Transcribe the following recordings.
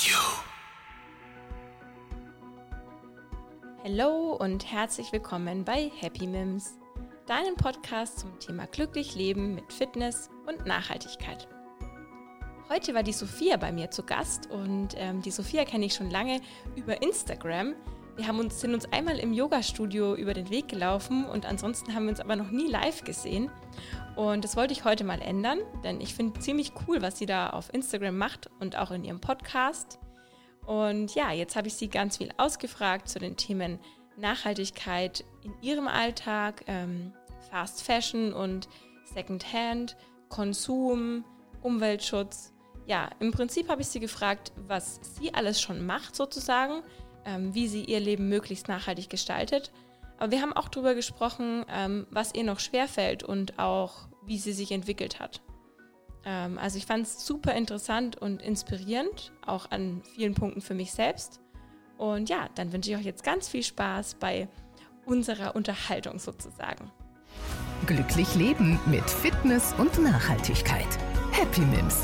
Hallo und herzlich willkommen bei Happy Mims, deinem Podcast zum Thema glücklich leben mit Fitness und Nachhaltigkeit. Heute war die Sophia bei mir zu Gast und die Sophia kenne ich schon lange über Instagram. Wir sind uns einmal im Yoga-Studio über den Weg gelaufen und ansonsten haben wir uns aber noch nie live gesehen. Und das wollte ich heute mal ändern, denn ich finde ziemlich cool, was sie da auf Instagram macht und auch in ihrem Podcast. Und ja, jetzt habe ich sie ganz viel ausgefragt zu den Themen Nachhaltigkeit in ihrem Alltag, Fast Fashion und Secondhand, Konsum, Umweltschutz. Ja, im Prinzip habe ich sie gefragt, was sie alles schon macht sozusagen, wie sie ihr Leben möglichst nachhaltig gestaltet. Aber wir haben auch darüber gesprochen, was ihr noch schwerfällt und auch, wie sie sich entwickelt hat. Also ich fand es super interessant und inspirierend, auch an vielen Punkten für mich selbst. Und ja, dann wünsche ich euch jetzt ganz viel Spaß bei unserer Unterhaltung sozusagen. Glücklich leben mit Fitness und Nachhaltigkeit. Happy Mims.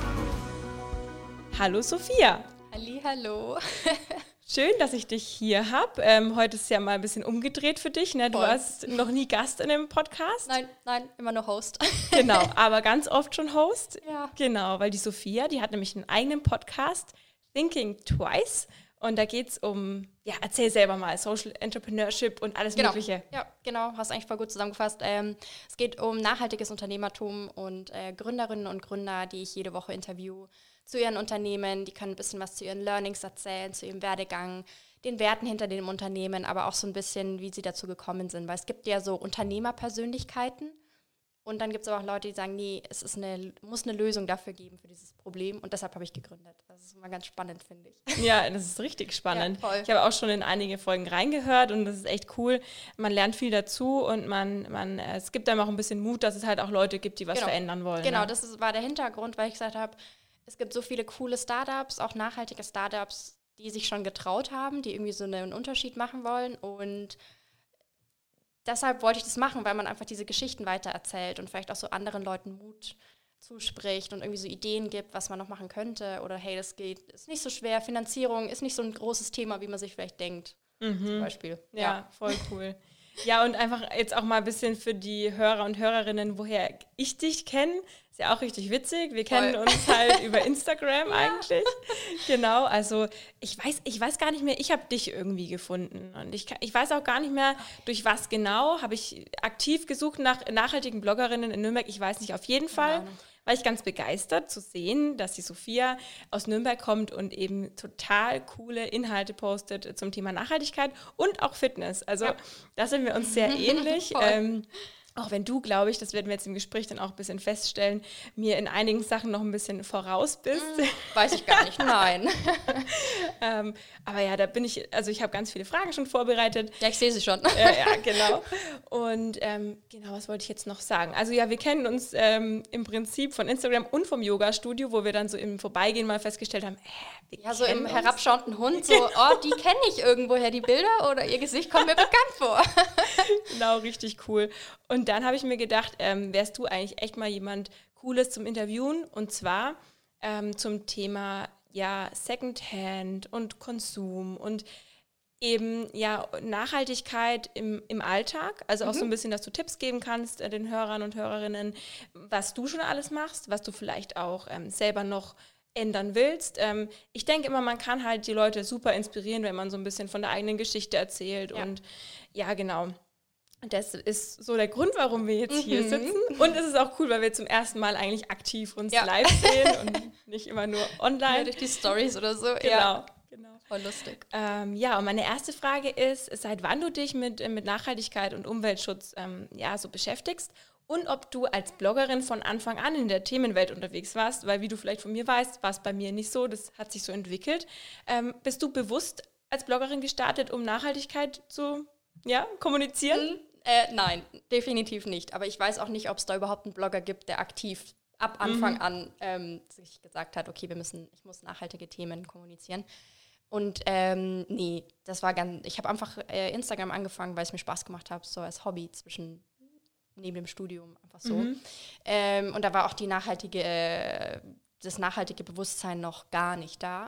Hallo Sophia. Hallihallo. Schön, dass ich dich hier habe. Heute ist ja mal ein bisschen umgedreht für dich. Ne? Du warst noch nie Gast in einem Podcast. Nein, immer nur Host. Genau, aber ganz oft schon Host. Ja. Genau, weil die Sophia, die hat nämlich einen eigenen Podcast, Thinking Twice. Und da geht es um, ja, erzähl selber mal, Social Entrepreneurship und alles Mögliche. Ja, genau, hast eigentlich voll gut zusammengefasst. Es geht um nachhaltiges Unternehmertum und Gründerinnen und Gründer, die ich jede Woche interviewe zu ihren Unternehmen. Die können ein bisschen was zu ihren Learnings erzählen, zu ihrem Werdegang, den Werten hinter dem Unternehmen, aber auch so ein bisschen, wie sie dazu gekommen sind. Weil es gibt ja so Unternehmerpersönlichkeiten und dann gibt es aber auch Leute, die sagen, nee, muss eine Lösung dafür geben für dieses Problem und deshalb habe ich gegründet. Das ist immer ganz spannend, finde ich. Ja, das ist richtig spannend. Ja, voll. Ich habe auch schon in einige Folgen reingehört und das ist echt cool. Man lernt viel dazu und es gibt einem auch ein bisschen Mut, dass es halt auch Leute gibt, die was verändern wollen. Genau, ne? das war der Hintergrund, weil ich gesagt habe, es gibt so viele coole Startups, auch nachhaltige Startups, die sich schon getraut haben, die irgendwie so einen Unterschied machen wollen und deshalb wollte ich das machen, weil man einfach diese Geschichten weitererzählt und vielleicht auch so anderen Leuten Mut zuspricht und irgendwie so Ideen gibt, was man noch machen könnte oder hey, das geht, ist nicht so schwer, Finanzierung ist nicht so ein großes Thema, wie man sich vielleicht denkt, zum Beispiel. Ja, voll cool. Ja, und einfach jetzt auch mal ein bisschen für die Hörer und Hörerinnen, woher ich dich kenne. Ist ja auch richtig witzig. Wir kennen uns halt über Instagram eigentlich. Genau, also ich weiß gar nicht mehr, ich habe dich irgendwie gefunden. Und ich weiß auch gar nicht mehr, durch was genau. Habe ich aktiv gesucht nach nachhaltigen Bloggerinnen in Nürnberg? Ich weiß nicht, auf jeden Fall. War ich ganz begeistert zu sehen, dass die Sophia aus Nürnberg kommt und eben total coole Inhalte postet zum Thema Nachhaltigkeit und auch Fitness. Also da sind wir uns sehr ähnlich. Auch wenn du, glaube ich, das werden wir jetzt im Gespräch dann auch ein bisschen feststellen, mir in einigen Sachen noch ein bisschen voraus bist. Weiß ich gar nicht, nein. Aber ja, ich habe ganz viele Fragen schon vorbereitet. Ja, ich sehe sie schon. Ja, genau. Und genau, was wollte ich jetzt noch sagen? Also ja, wir kennen uns im Prinzip von Instagram und vom Yoga-Studio, wo wir dann so im Vorbeigehen mal festgestellt haben, ja, so im herabschauenden Hund, so, die kenne ich irgendwoher, die Bilder oder ihr Gesicht kommt mir bekannt vor. Genau, richtig cool. Und dann habe ich mir gedacht, wärst du eigentlich echt mal jemand Cooles zum Interviewen und zwar zum Thema Secondhand und Konsum und eben Nachhaltigkeit im Alltag, also auch so ein bisschen, dass du Tipps geben kannst den Hörern und Hörerinnen, was du schon alles machst, was du vielleicht auch selber noch ändern willst. Ich denke immer, man kann halt die Leute super inspirieren, wenn man so ein bisschen von der eigenen Geschichte erzählt und ja, genau. Das ist so der Grund, warum wir jetzt hier sitzen. Und es ist auch cool, weil wir zum ersten Mal eigentlich aktiv uns live sehen und nicht immer nur online. Ja, durch die Stories oder so. Genau. Voll lustig. Und meine erste Frage ist, seit wann du dich mit Nachhaltigkeit und Umweltschutz so beschäftigst und ob du als Bloggerin von Anfang an in der Themenwelt unterwegs warst, weil wie du vielleicht von mir weißt, war es bei mir nicht so, das hat sich so entwickelt. Bist du bewusst als Bloggerin gestartet, um Nachhaltigkeit zu kommunizieren? Nein, definitiv nicht. Aber ich weiß auch nicht, ob es da überhaupt einen Blogger gibt, der aktiv ab Anfang an sich gesagt hat, okay, ich muss nachhaltige Themen kommunizieren. Und nee, ich habe einfach Instagram angefangen, weil es mir Spaß gemacht hat, so als Hobby neben dem Studium, einfach so. Und da war auch das nachhaltige Bewusstsein noch gar nicht da.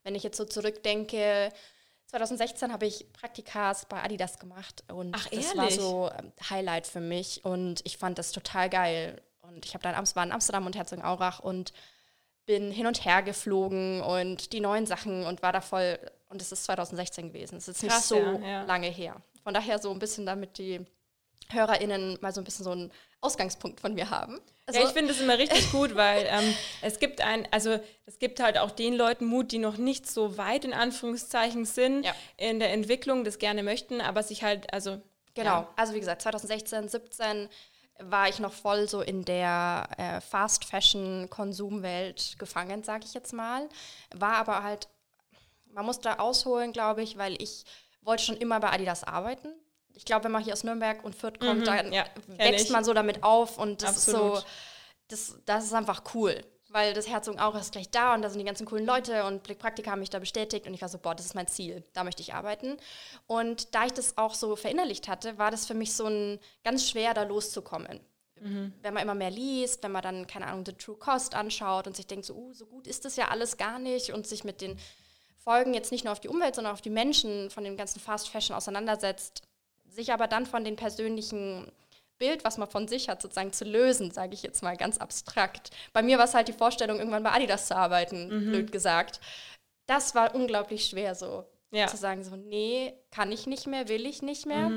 Wenn ich jetzt so zurückdenke, 2016 habe ich Praktikas bei Adidas gemacht und das war so Highlight für mich und ich fand das total geil. Und ich war in Amsterdam und Herzogenaurach und bin hin und her geflogen und die neuen Sachen und war da voll, und es ist 2016 gewesen, es ist nicht so lange her. Von daher so ein bisschen, damit die HörerInnen mal so ein bisschen so einen Ausgangspunkt von mir haben. Also ich finde das immer richtig gut, weil es gibt halt auch den Leuten Mut, die noch nicht so weit in Anführungszeichen sind in der Entwicklung, das gerne möchten, aber sich halt, Genau, also wie gesagt, 2016, 17 war ich noch voll so in der Fast-Fashion-Konsumwelt gefangen, sage ich jetzt mal. War aber halt, man muss da ausholen, glaube ich, weil ich wollte schon immer bei Adidas arbeiten. Ich glaube, wenn man hier aus Nürnberg und Fürth kommt, dann wächst man so damit auf und das Absolut. ist so, das ist einfach cool. Weil das Herzogenaurach ist gleich da und da sind die ganzen coolen Leute und Blick Praktika haben mich da bestätigt und ich war so, boah, das ist mein Ziel, da möchte ich arbeiten. Und da ich das auch so verinnerlicht hatte, war das für mich so ganz schwer, da loszukommen. Wenn man immer mehr liest, wenn man dann, keine Ahnung, The True Cost anschaut und sich denkt so, so gut ist das ja alles gar nicht und sich mit den Folgen jetzt nicht nur auf die Umwelt, sondern auf die Menschen von dem ganzen Fast Fashion auseinandersetzt, sich aber dann von den persönlichen Bild, was man von sich hat, sozusagen zu lösen, sage ich jetzt mal ganz abstrakt. Bei mir war es halt die Vorstellung, irgendwann bei Adidas zu arbeiten, blöd gesagt. Das war unglaublich schwer so, zu sagen so, nee, kann ich nicht mehr, will ich nicht mehr.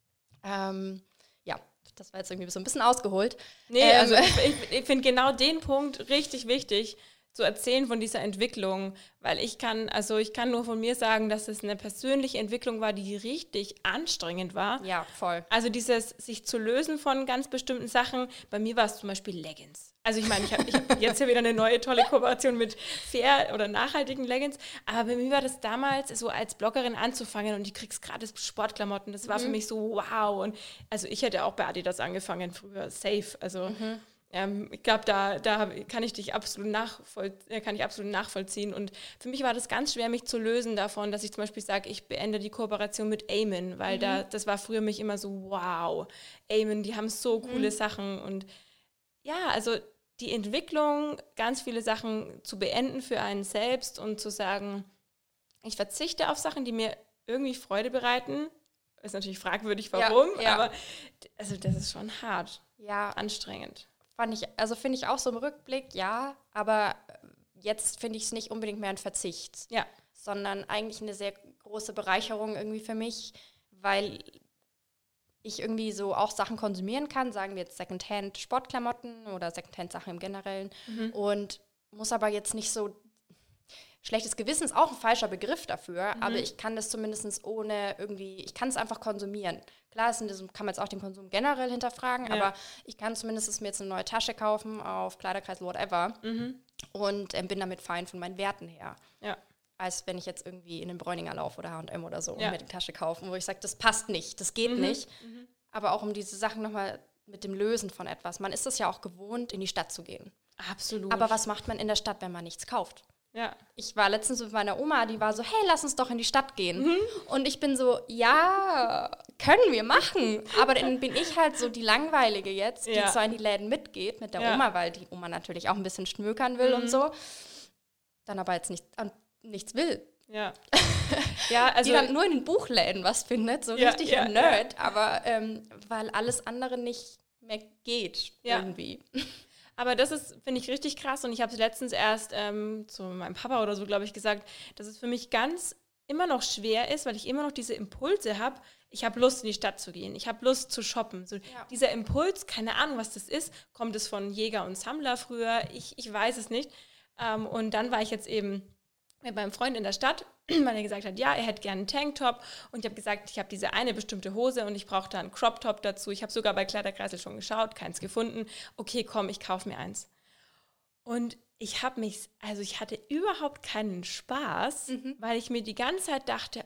Das war jetzt irgendwie so ein bisschen ausgeholt. Nee, also ich finde genau den Punkt richtig wichtig, zu erzählen von dieser Entwicklung, weil ich kann nur von mir sagen, dass es eine persönliche Entwicklung war, die richtig anstrengend war. Ja, voll. Also dieses sich zu lösen von ganz bestimmten Sachen, bei mir war es zum Beispiel Leggings. Also ich meine, ich hab jetzt ja wieder eine neue tolle Kooperation mit fair oder nachhaltigen Leggings, aber bei mir war das damals so als Bloggerin anzufangen und du kriegst gratis Sportklamotten, das war für mich so wow. Und also ich hätte auch bei Adidas angefangen früher, safe, also ich glaube, da kann ich absolut nachvollziehen. Und für mich war das ganz schwer, mich zu lösen davon, dass ich zum Beispiel sage, ich beende die Kooperation mit Amen, weil das war früher mich immer so, wow, Amen, die haben so coole Sachen. Und ja, also die Entwicklung, ganz viele Sachen zu beenden für einen selbst und zu sagen, ich verzichte auf Sachen, die mir irgendwie Freude bereiten. Ist natürlich fragwürdig, warum, aber also das ist schon hart, anstrengend. Finde ich auch so im Rückblick, ja, aber jetzt finde ich es nicht unbedingt mehr ein Verzicht, sondern eigentlich eine sehr große Bereicherung irgendwie für mich, weil ich irgendwie so auch Sachen konsumieren kann, sagen wir jetzt Secondhand Sportklamotten oder Secondhand Sachen im Generellen und muss aber jetzt nicht so, schlechtes Gewissen ist auch ein falscher Begriff dafür, aber ich kann das zumindest ohne irgendwie, ich kann es einfach konsumieren. Klar, kann man jetzt auch den Konsum generell hinterfragen, aber ich kann zumindest mir jetzt eine neue Tasche kaufen auf Kleiderkreis, whatever und bin damit fein von meinen Werten her. Ja. Als wenn ich jetzt irgendwie in den Bräuninger laufe oder H&M oder so und mir die Tasche kaufen, wo ich sage, das passt nicht, das geht nicht. Aber auch um diese Sachen nochmal mit dem Lösen von etwas. Man ist es ja auch gewohnt, in die Stadt zu gehen. Absolut. Aber was macht man in der Stadt, wenn man nichts kauft? Ja. Ich war letztens mit meiner Oma, die war so, hey, lass uns doch in die Stadt gehen. Und ich bin so, ja, können wir machen. Aber dann bin ich halt so die Langweilige jetzt, die zwar in die Läden mitgeht mit der Oma, weil die Oma natürlich auch ein bisschen schmökern will und so, dann aber jetzt nichts will. Ja. Also die dann nur in den Buchläden was findet, so richtig ein Nerd, aber weil alles andere nicht mehr geht irgendwie. Aber das ist, finde ich, richtig krass und ich habe es letztens erst zu meinem Papa oder so, glaube ich, gesagt, dass es für mich ganz immer noch schwer ist, weil ich immer noch diese Impulse habe, ich habe Lust, in die Stadt zu gehen, ich habe Lust zu shoppen. So, dieser Impuls, keine Ahnung, was das ist, kommt es von Jäger und Sammler früher, ich weiß es nicht. Und dann war ich jetzt eben mit meinem Freund in der Stadt, weil er gesagt hat, ja, er hätte gerne einen Tanktop und ich habe gesagt, ich habe diese eine bestimmte Hose und ich brauche da einen Crop-Top dazu. Ich habe sogar bei Kleiderkreisel schon geschaut, keins gefunden. Okay, komm, ich kaufe mir eins. Und ich hatte überhaupt keinen Spaß, weil ich mir die ganze Zeit dachte,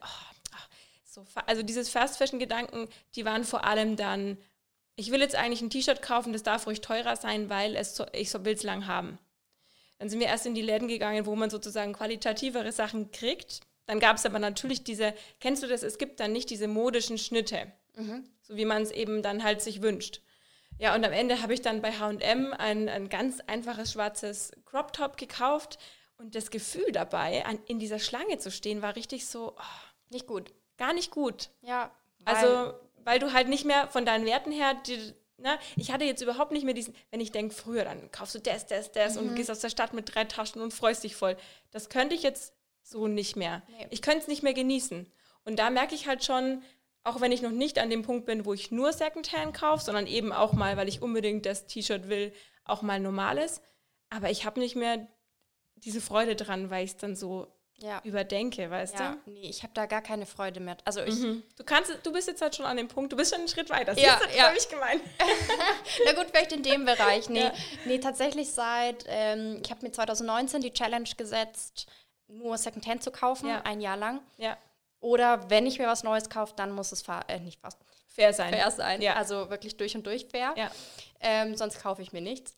also diese Fast-Fashion-Gedanken, die waren vor allem dann, ich will jetzt eigentlich ein T-Shirt kaufen, das darf ruhig teurer sein, weil ich will es lang haben. Dann sind wir erst in die Läden gegangen, wo man sozusagen qualitativere Sachen kriegt. Dann gab es aber natürlich kennst du das, es gibt dann nicht diese modischen Schnitte, so wie man es eben dann halt sich wünscht. Ja, und am Ende habe ich dann bei H&M ein ganz einfaches schwarzes Crop-Top gekauft Und das Gefühl dabei, in dieser Schlange zu stehen, war richtig so, Nicht gut. gar nicht gut. Ja. Also, weil du halt nicht mehr von deinen Werten her, ich hatte jetzt überhaupt nicht mehr wenn ich denke, früher, dann kaufst du das und gehst aus der Stadt mit 3 Taschen und freust dich voll. Das könnte ich jetzt so nicht mehr. Nee. Ich könnte es nicht mehr genießen. Und da merke ich halt schon, auch wenn ich noch nicht an dem Punkt bin, wo ich nur Secondhand kaufe, sondern eben auch mal, weil ich unbedingt das T-Shirt will, auch mal normales. Aber ich habe nicht mehr diese Freude dran, weil ich es dann so überdenke, weißt du? Nee, ich habe da gar keine Freude mehr. Also Du bist jetzt halt schon an dem Punkt, du bist schon einen Schritt weiter. Das ist habe ich gemeint. Na gut, vielleicht in dem Bereich. Nee, tatsächlich ich habe mir 2019 die Challenge gesetzt, nur Secondhand zu kaufen, ein Jahr lang. Ja. Oder wenn ich mir was Neues kaufe, dann muss es fair sein. Fair sein, also wirklich durch und durch fair. Ja. Sonst kaufe ich mir nichts.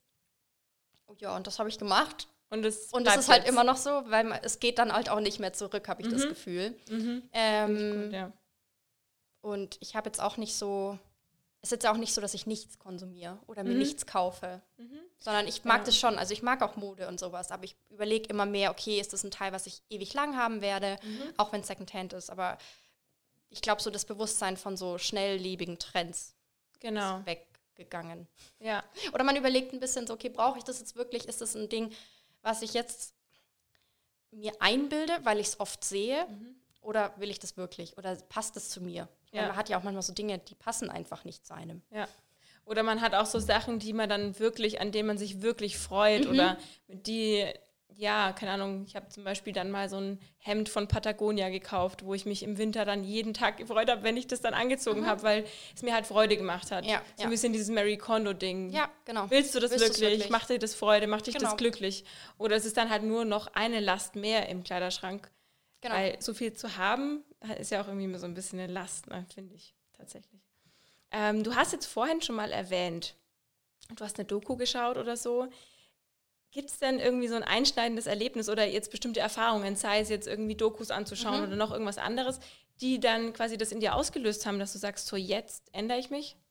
Ja, und das habe ich gemacht. Und es ist halt immer noch so, weil es geht dann halt auch nicht mehr zurück, habe ich das Gefühl. Gut, und ich habe jetzt auch nicht so, es ist jetzt auch nicht so, dass ich nichts konsumiere oder mir nichts kaufe, sondern ich mag das schon, also ich mag auch Mode und sowas, aber ich überlege immer mehr, okay, ist das ein Teil, was ich ewig lang haben werde, auch wenn es Secondhand ist, aber ich glaube, so das Bewusstsein von so schnelllebigen Trends ist weggegangen. Ja. Oder man überlegt ein bisschen so, okay, brauche ich das jetzt wirklich, ist das ein Ding, was ich jetzt mir einbilde, weil ich es oft sehe, oder will ich das wirklich? Oder passt das zu mir? Ja. Man hat ja auch manchmal so Dinge, die passen einfach nicht zu einem. Ja. Oder man hat auch so Sachen, die man dann wirklich, an denen man sich wirklich freut oder die, keine Ahnung, ich habe zum Beispiel dann mal so ein Hemd von Patagonia gekauft, wo ich mich im Winter dann jeden Tag gefreut habe, wenn ich das dann angezogen habe, weil es mir halt Freude gemacht hat. Ja, so ein bisschen dieses Marie Kondo-Ding. Ja, genau. Willst du das wirklich? Macht dir das Freude? Macht dich das glücklich? Oder es ist dann halt nur noch eine Last mehr im Kleiderschrank. Genau. Weil so viel zu haben, ist ja auch irgendwie so ein bisschen eine Last, ne, finde ich tatsächlich. Du hast jetzt vorhin schon mal erwähnt, du hast eine Doku geschaut oder so. Gibt es denn irgendwie so ein einschneidendes Erlebnis oder jetzt bestimmte Erfahrungen, sei es jetzt irgendwie Dokus anzuschauen oder noch irgendwas anderes, die dann quasi das in dir ausgelöst haben, dass du sagst, so jetzt ändere ich mich?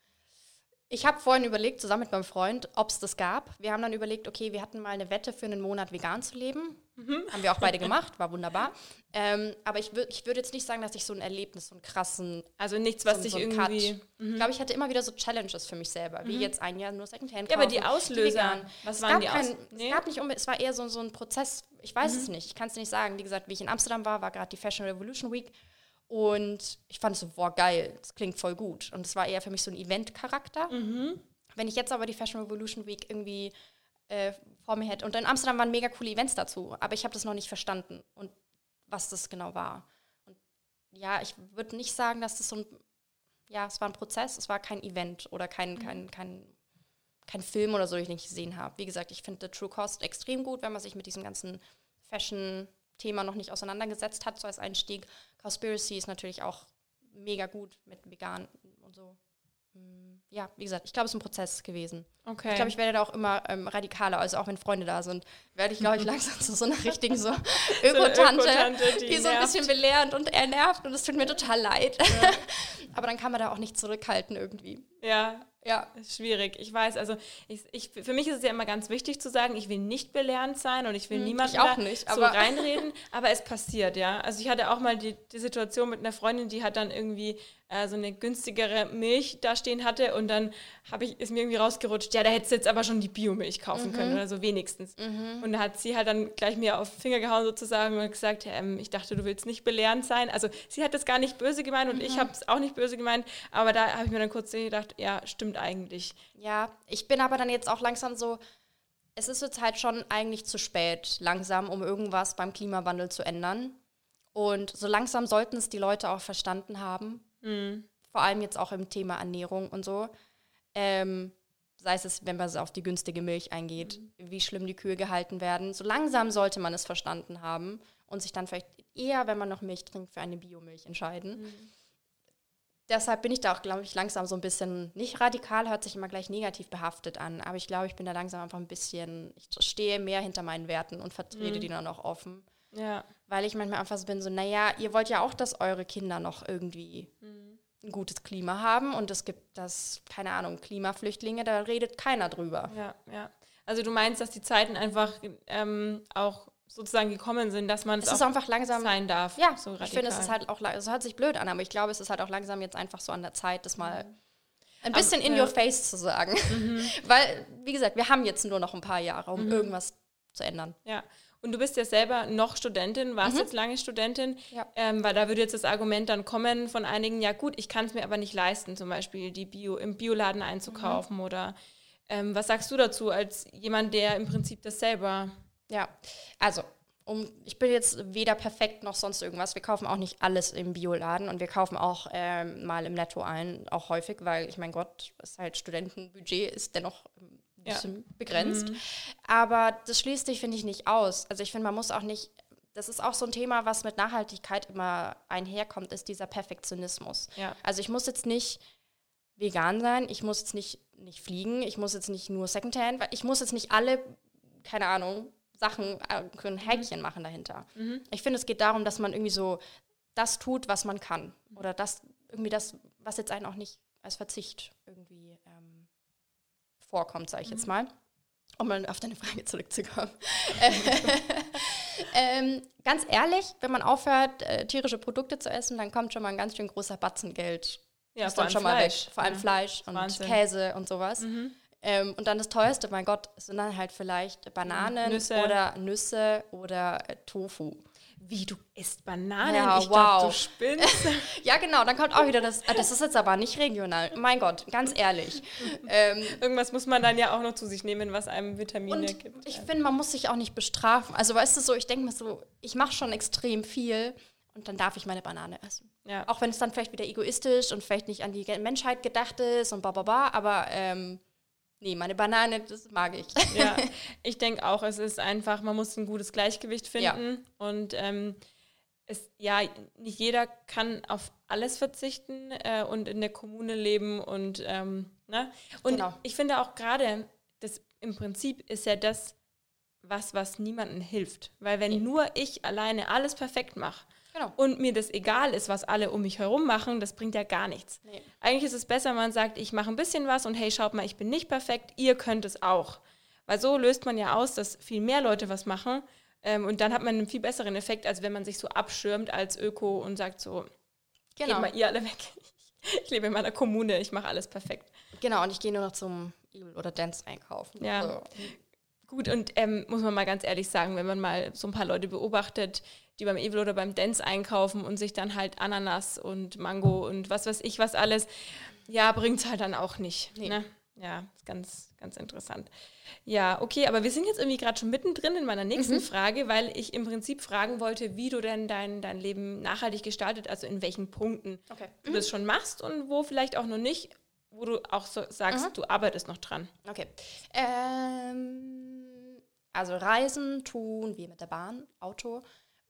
Ich habe vorhin überlegt, zusammen mit meinem Freund, ob es das gab. Wir haben dann überlegt, okay, wir hatten mal eine Wette für einen Monat vegan zu leben. Haben wir auch beide gemacht, war wunderbar. Aber ich würde jetzt nicht sagen, dass ich so ein Erlebnis, so einen krassen... Also nichts, was dich irgendwie... Ich glaube, ich hatte immer wieder so Challenges für mich selber, wie jetzt ein Jahr nur Secondhand kaufen. Ja, aber die Auslöser, was waren die Auslöser? Es gab nicht es war eher so ein Prozess, ich weiß es nicht, ich kann es nicht sagen. Wie gesagt, wie ich in Amsterdam war gerade die Fashion Revolution Week. Und ich fand es so, boah, geil, das klingt voll gut. Und es war eher für mich so ein Event-Charakter. Wenn ich jetzt aber die Fashion Revolution Week irgendwie vor mir hätte, und in Amsterdam waren mega coole Events dazu, aber ich habe das noch nicht verstanden und was das genau war. Und ja, ich würde nicht sagen, dass das es war ein Prozess, es war kein Event oder kein Film oder so, den ich nicht gesehen habe. Wie gesagt, ich finde The True Cost extrem gut, wenn man sich mit diesem ganzen Fashion-Thema noch nicht auseinandergesetzt hat, so als Einstieg. Cowspiracy ist natürlich auch mega gut mit vegan und so. Ja, wie gesagt, ich glaube, es ist ein Prozess gewesen. Okay. Ich glaube, ich werde da auch immer radikaler, also auch wenn Freunde da sind, werde ich, glaube ich, langsam zu so einer richtigen Öko-Tante, die so ein bisschen belehrend und nervt und es tut mir total leid. Ja. Aber dann kann man da auch nicht zurückhalten irgendwie. Ja, ist schwierig. Ich weiß, also für mich ist es ja immer ganz wichtig zu sagen, ich will nicht belehrend sein und ich will niemanden so reinreden, aber es passiert, ja. Also ich hatte auch mal die Situation mit einer Freundin, die hat dann irgendwie so eine günstigere Milch da stehen hatte und dann ist mir irgendwie rausgerutscht, ja, da hättest du jetzt aber schon die Biomilch kaufen können oder so wenigstens. Und da hat sie halt dann gleich mir auf den Finger gehauen sozusagen und gesagt, ich dachte, du willst nicht belehrend sein. Also sie hat das gar nicht böse gemeint und ich habe es auch nicht böse gemeint, aber da habe ich mir dann kurz gedacht, ja, stimmt eigentlich. Ja, ich bin aber dann jetzt auch langsam so, es ist jetzt halt schon eigentlich zu spät langsam, um irgendwas beim Klimawandel zu ändern. Und so langsam sollten es die Leute auch verstanden haben. Vor allem jetzt auch im Thema Ernährung und so. Sei es, wenn man auf die günstige Milch eingeht, wie schlimm die Kühe gehalten werden. So langsam sollte man es verstanden haben und sich dann vielleicht eher, wenn man noch Milch trinkt, für eine Biomilch entscheiden. Deshalb bin ich da auch, glaube ich, langsam so ein bisschen, nicht radikal, hört sich immer gleich negativ behaftet an, aber ich glaube, ich bin da langsam einfach ein bisschen, ich stehe mehr hinter meinen Werten und vertrete die dann auch offen. Ja. Weil ich manchmal einfach so bin, so, naja, ihr wollt ja auch, dass eure Kinder noch irgendwie ein gutes Klima haben und es gibt keine Ahnung, Klimaflüchtlinge, da redet keiner drüber. Ja. Also du meinst, dass die Zeiten einfach auch sozusagen gekommen sind, dass man es ist einfach langsam sein darf. Ja, so ich finde, es ist halt auch, es hört sich blöd an, aber ich glaube, es ist halt auch langsam jetzt einfach so an der Zeit, das mal ein bisschen in your face zu sagen. Weil, wie gesagt, wir haben jetzt nur noch ein paar Jahre, um irgendwas zu ändern. Ja, und du bist ja selber noch Studentin, warst jetzt lange Studentin, weil da würde jetzt das Argument dann kommen von einigen, ja gut, ich kann es mir aber nicht leisten, zum Beispiel im Bioladen einzukaufen oder was sagst du dazu als jemand, der im Prinzip das selber... Ja, also ich bin jetzt weder perfekt noch sonst irgendwas. Wir kaufen auch nicht alles im Bioladen und wir kaufen auch mal im Netto ein, auch häufig, weil ich mein Gott, ist halt Studentenbudget ist dennoch ein bisschen begrenzt. Aber das schließt dich, finde ich, nicht aus. Also ich finde, man muss auch nicht, das ist auch so ein Thema, was mit Nachhaltigkeit immer einherkommt, ist dieser Perfektionismus. Ja. Also ich muss jetzt nicht vegan sein, ich muss jetzt nicht fliegen, ich muss jetzt nicht nur Secondhand, weil ich muss jetzt nicht alle, keine Ahnung, Sachen, ein Häkchen machen dahinter. Ich finde, es geht darum, dass man irgendwie so das tut, was man kann. Oder das, was jetzt einen auch nicht als Verzicht irgendwie vorkommt, sage ich jetzt mal. Um mal auf deine Frage zurückzukommen. Ganz ehrlich, wenn man aufhört, tierische Produkte zu essen, dann kommt schon mal ein ganz schön großer Batzen Geld. Ja, vor allem schon Fleisch. mal Vor allem Fleisch und Wahnsinn. Käse und sowas. Und dann das Teuerste, mein Gott, sind dann halt vielleicht Bananen Nüsse oder Tofu. Wie, du isst Bananen? Ja, ich dachte, du spinnst. Ja, genau, dann kommt auch wieder das ist jetzt aber nicht regional. Mein Gott, ganz ehrlich. Irgendwas muss man dann ja auch noch zu sich nehmen, was einem Vitamine Und gibt. ich finde, man muss sich auch nicht bestrafen. Also weißt du so, ich denke mir so, ich mache schon extrem viel und dann darf ich meine Banane essen. Ja. Auch wenn es dann vielleicht wieder egoistisch und vielleicht nicht an die Menschheit gedacht ist und bababa, aber nee, meine Banane, das mag ich. Ja, ich denke auch, es ist einfach, man muss ein gutes Gleichgewicht finden und nicht jeder kann auf alles verzichten und in der Kommune leben und ne? Und Genau. ich finde auch gerade, das im Prinzip ist ja das, was niemandem hilft, weil wenn nur ich alleine alles perfekt mache, Genau. und mir das egal ist, was alle um mich herum machen, das bringt ja gar nichts. Nee. Eigentlich ist es besser, man sagt, ich mache ein bisschen was und hey, schaut mal, ich bin nicht perfekt, ihr könnt es auch. Weil so löst man ja aus, dass viel mehr Leute was machen und dann hat man einen viel besseren Effekt, als wenn man sich so abschirmt als Öko und sagt so, geht mal ihr alle weg. Ich lebe in meiner Kommune, ich mache alles perfekt. Genau, und ich gehe nur noch zum Evil oder Dance einkaufen. Ja. Also. Gut, und muss man mal ganz ehrlich sagen, wenn man mal so ein paar Leute beobachtet, die beim Evil oder beim Dance einkaufen und sich dann halt Ananas und Mango und was weiß ich was alles, ja, bringt es halt dann auch nicht. Nee. Ne? Ja, ist ganz, ganz interessant. Ja, okay, aber wir sind jetzt irgendwie gerade schon mittendrin in meiner nächsten Frage, weil ich im Prinzip fragen wollte, wie du denn dein Leben nachhaltig gestaltet, also in welchen Punkten du das schon machst und wo vielleicht auch noch nicht, wo du auch so sagst, du arbeitest noch dran. Okay. Also Reisen tun wir mit der Bahn, Auto.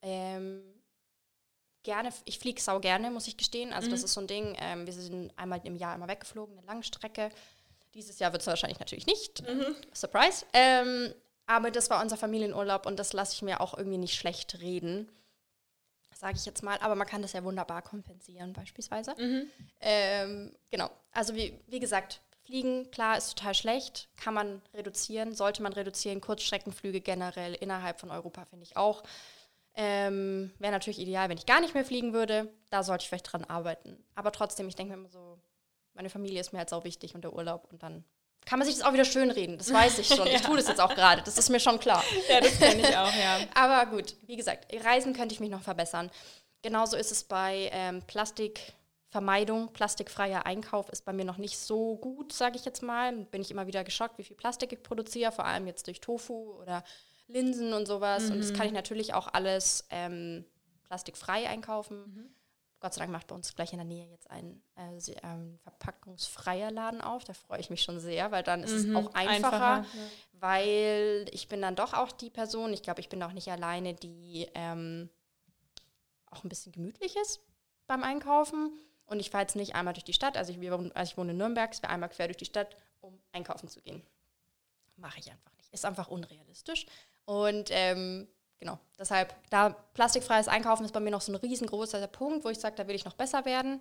Gerne, ich fliege sau gerne, muss ich gestehen. Also das ist so ein Ding, wir sind einmal im Jahr immer weggeflogen, eine Langstrecke. Dieses Jahr wird es wahrscheinlich natürlich nicht. Surprise. Aber das war unser Familienurlaub und das lasse ich mir auch irgendwie nicht schlecht reden, sage ich jetzt mal. Aber man kann das ja wunderbar kompensieren beispielsweise. Genau, also wie gesagt, Fliegen, klar, ist total schlecht, kann man reduzieren, sollte man reduzieren. Kurzstreckenflüge generell innerhalb von Europa finde ich auch. Wäre natürlich ideal, wenn ich gar nicht mehr fliegen würde. Da sollte ich vielleicht dran arbeiten. Aber trotzdem, ich denke mir immer so, meine Familie ist mir halt sau wichtig und der Urlaub. Und dann kann man sich das auch wieder schönreden. Das weiß ich schon. Ich tue das jetzt auch gerade. Das ist mir schon klar. Ja, das kenne ich auch, ja. Aber gut, wie gesagt, Reisen könnte ich mich noch verbessern. Genauso ist es bei Plastikvermeidung. Plastikfreier Einkauf ist bei mir noch nicht so gut, sage ich jetzt mal. Bin ich immer wieder geschockt, wie viel Plastik ich produziere. Vor allem jetzt durch Tofu oder Linsen und sowas. Und das kann ich natürlich auch alles plastikfrei einkaufen. Gott sei Dank macht bei uns gleich in der Nähe jetzt ein verpackungsfreier Laden auf. Da freue ich mich schon sehr, weil dann ist es auch einfacher. Weil ich bin dann doch auch die Person, ich glaube, ich bin auch nicht alleine, die auch ein bisschen gemütlich ist beim Einkaufen. Und ich fahre jetzt nicht einmal durch die Stadt, ich wohne in Nürnberg, ich fahre einmal quer durch die Stadt, um einkaufen zu gehen. Mache ich einfach nicht. Ist einfach unrealistisch. Und genau, deshalb, da plastikfreies Einkaufen ist bei mir noch so ein riesengroßer Punkt, wo ich sage, da will ich noch besser werden.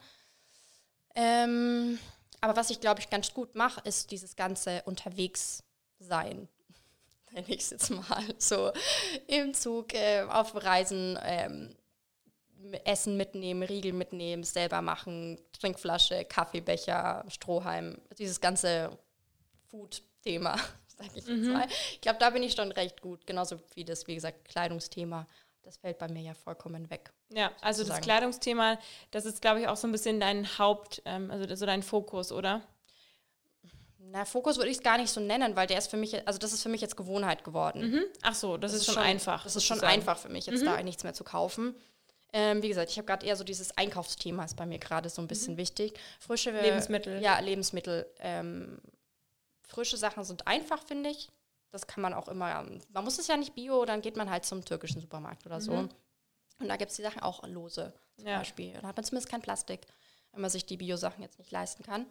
Aber was ich, glaube ich, ganz gut mache, ist dieses ganze Unterwegssein. nenne ich es jetzt mal, so im Zug, auf Reisen, Essen mitnehmen, Riegel mitnehmen, selber machen, Trinkflasche, Kaffeebecher, Strohhalm, dieses ganze Food-Thema, sage ich jetzt mal. Ich glaube, da bin ich schon recht gut, genauso wie das, wie gesagt, Kleidungsthema. Das fällt bei mir ja vollkommen weg. Ja, also sozusagen. Das Kleidungsthema, das ist, glaube ich, auch so ein bisschen dein also so dein Fokus, oder? Na, Fokus würde ich es gar nicht so nennen, weil der ist für mich, also das ist für mich jetzt Gewohnheit geworden. Mhm. Ach so, das ist schon einfach. Das ist schon einfach für mich, jetzt da nichts mehr zu kaufen. Wie gesagt, ich habe gerade eher so dieses Einkaufsthema ist bei mir gerade so ein bisschen wichtig. Frische Lebensmittel. Ja, Lebensmittel. Frische Sachen sind einfach, finde ich. Das kann man auch immer, man muss es ja nicht bio, dann geht man halt zum türkischen Supermarkt oder so. Und da gibt es die Sachen auch lose zum Beispiel. Dann hat man zumindest kein Plastik, wenn man sich die Bio-Sachen jetzt nicht leisten kann.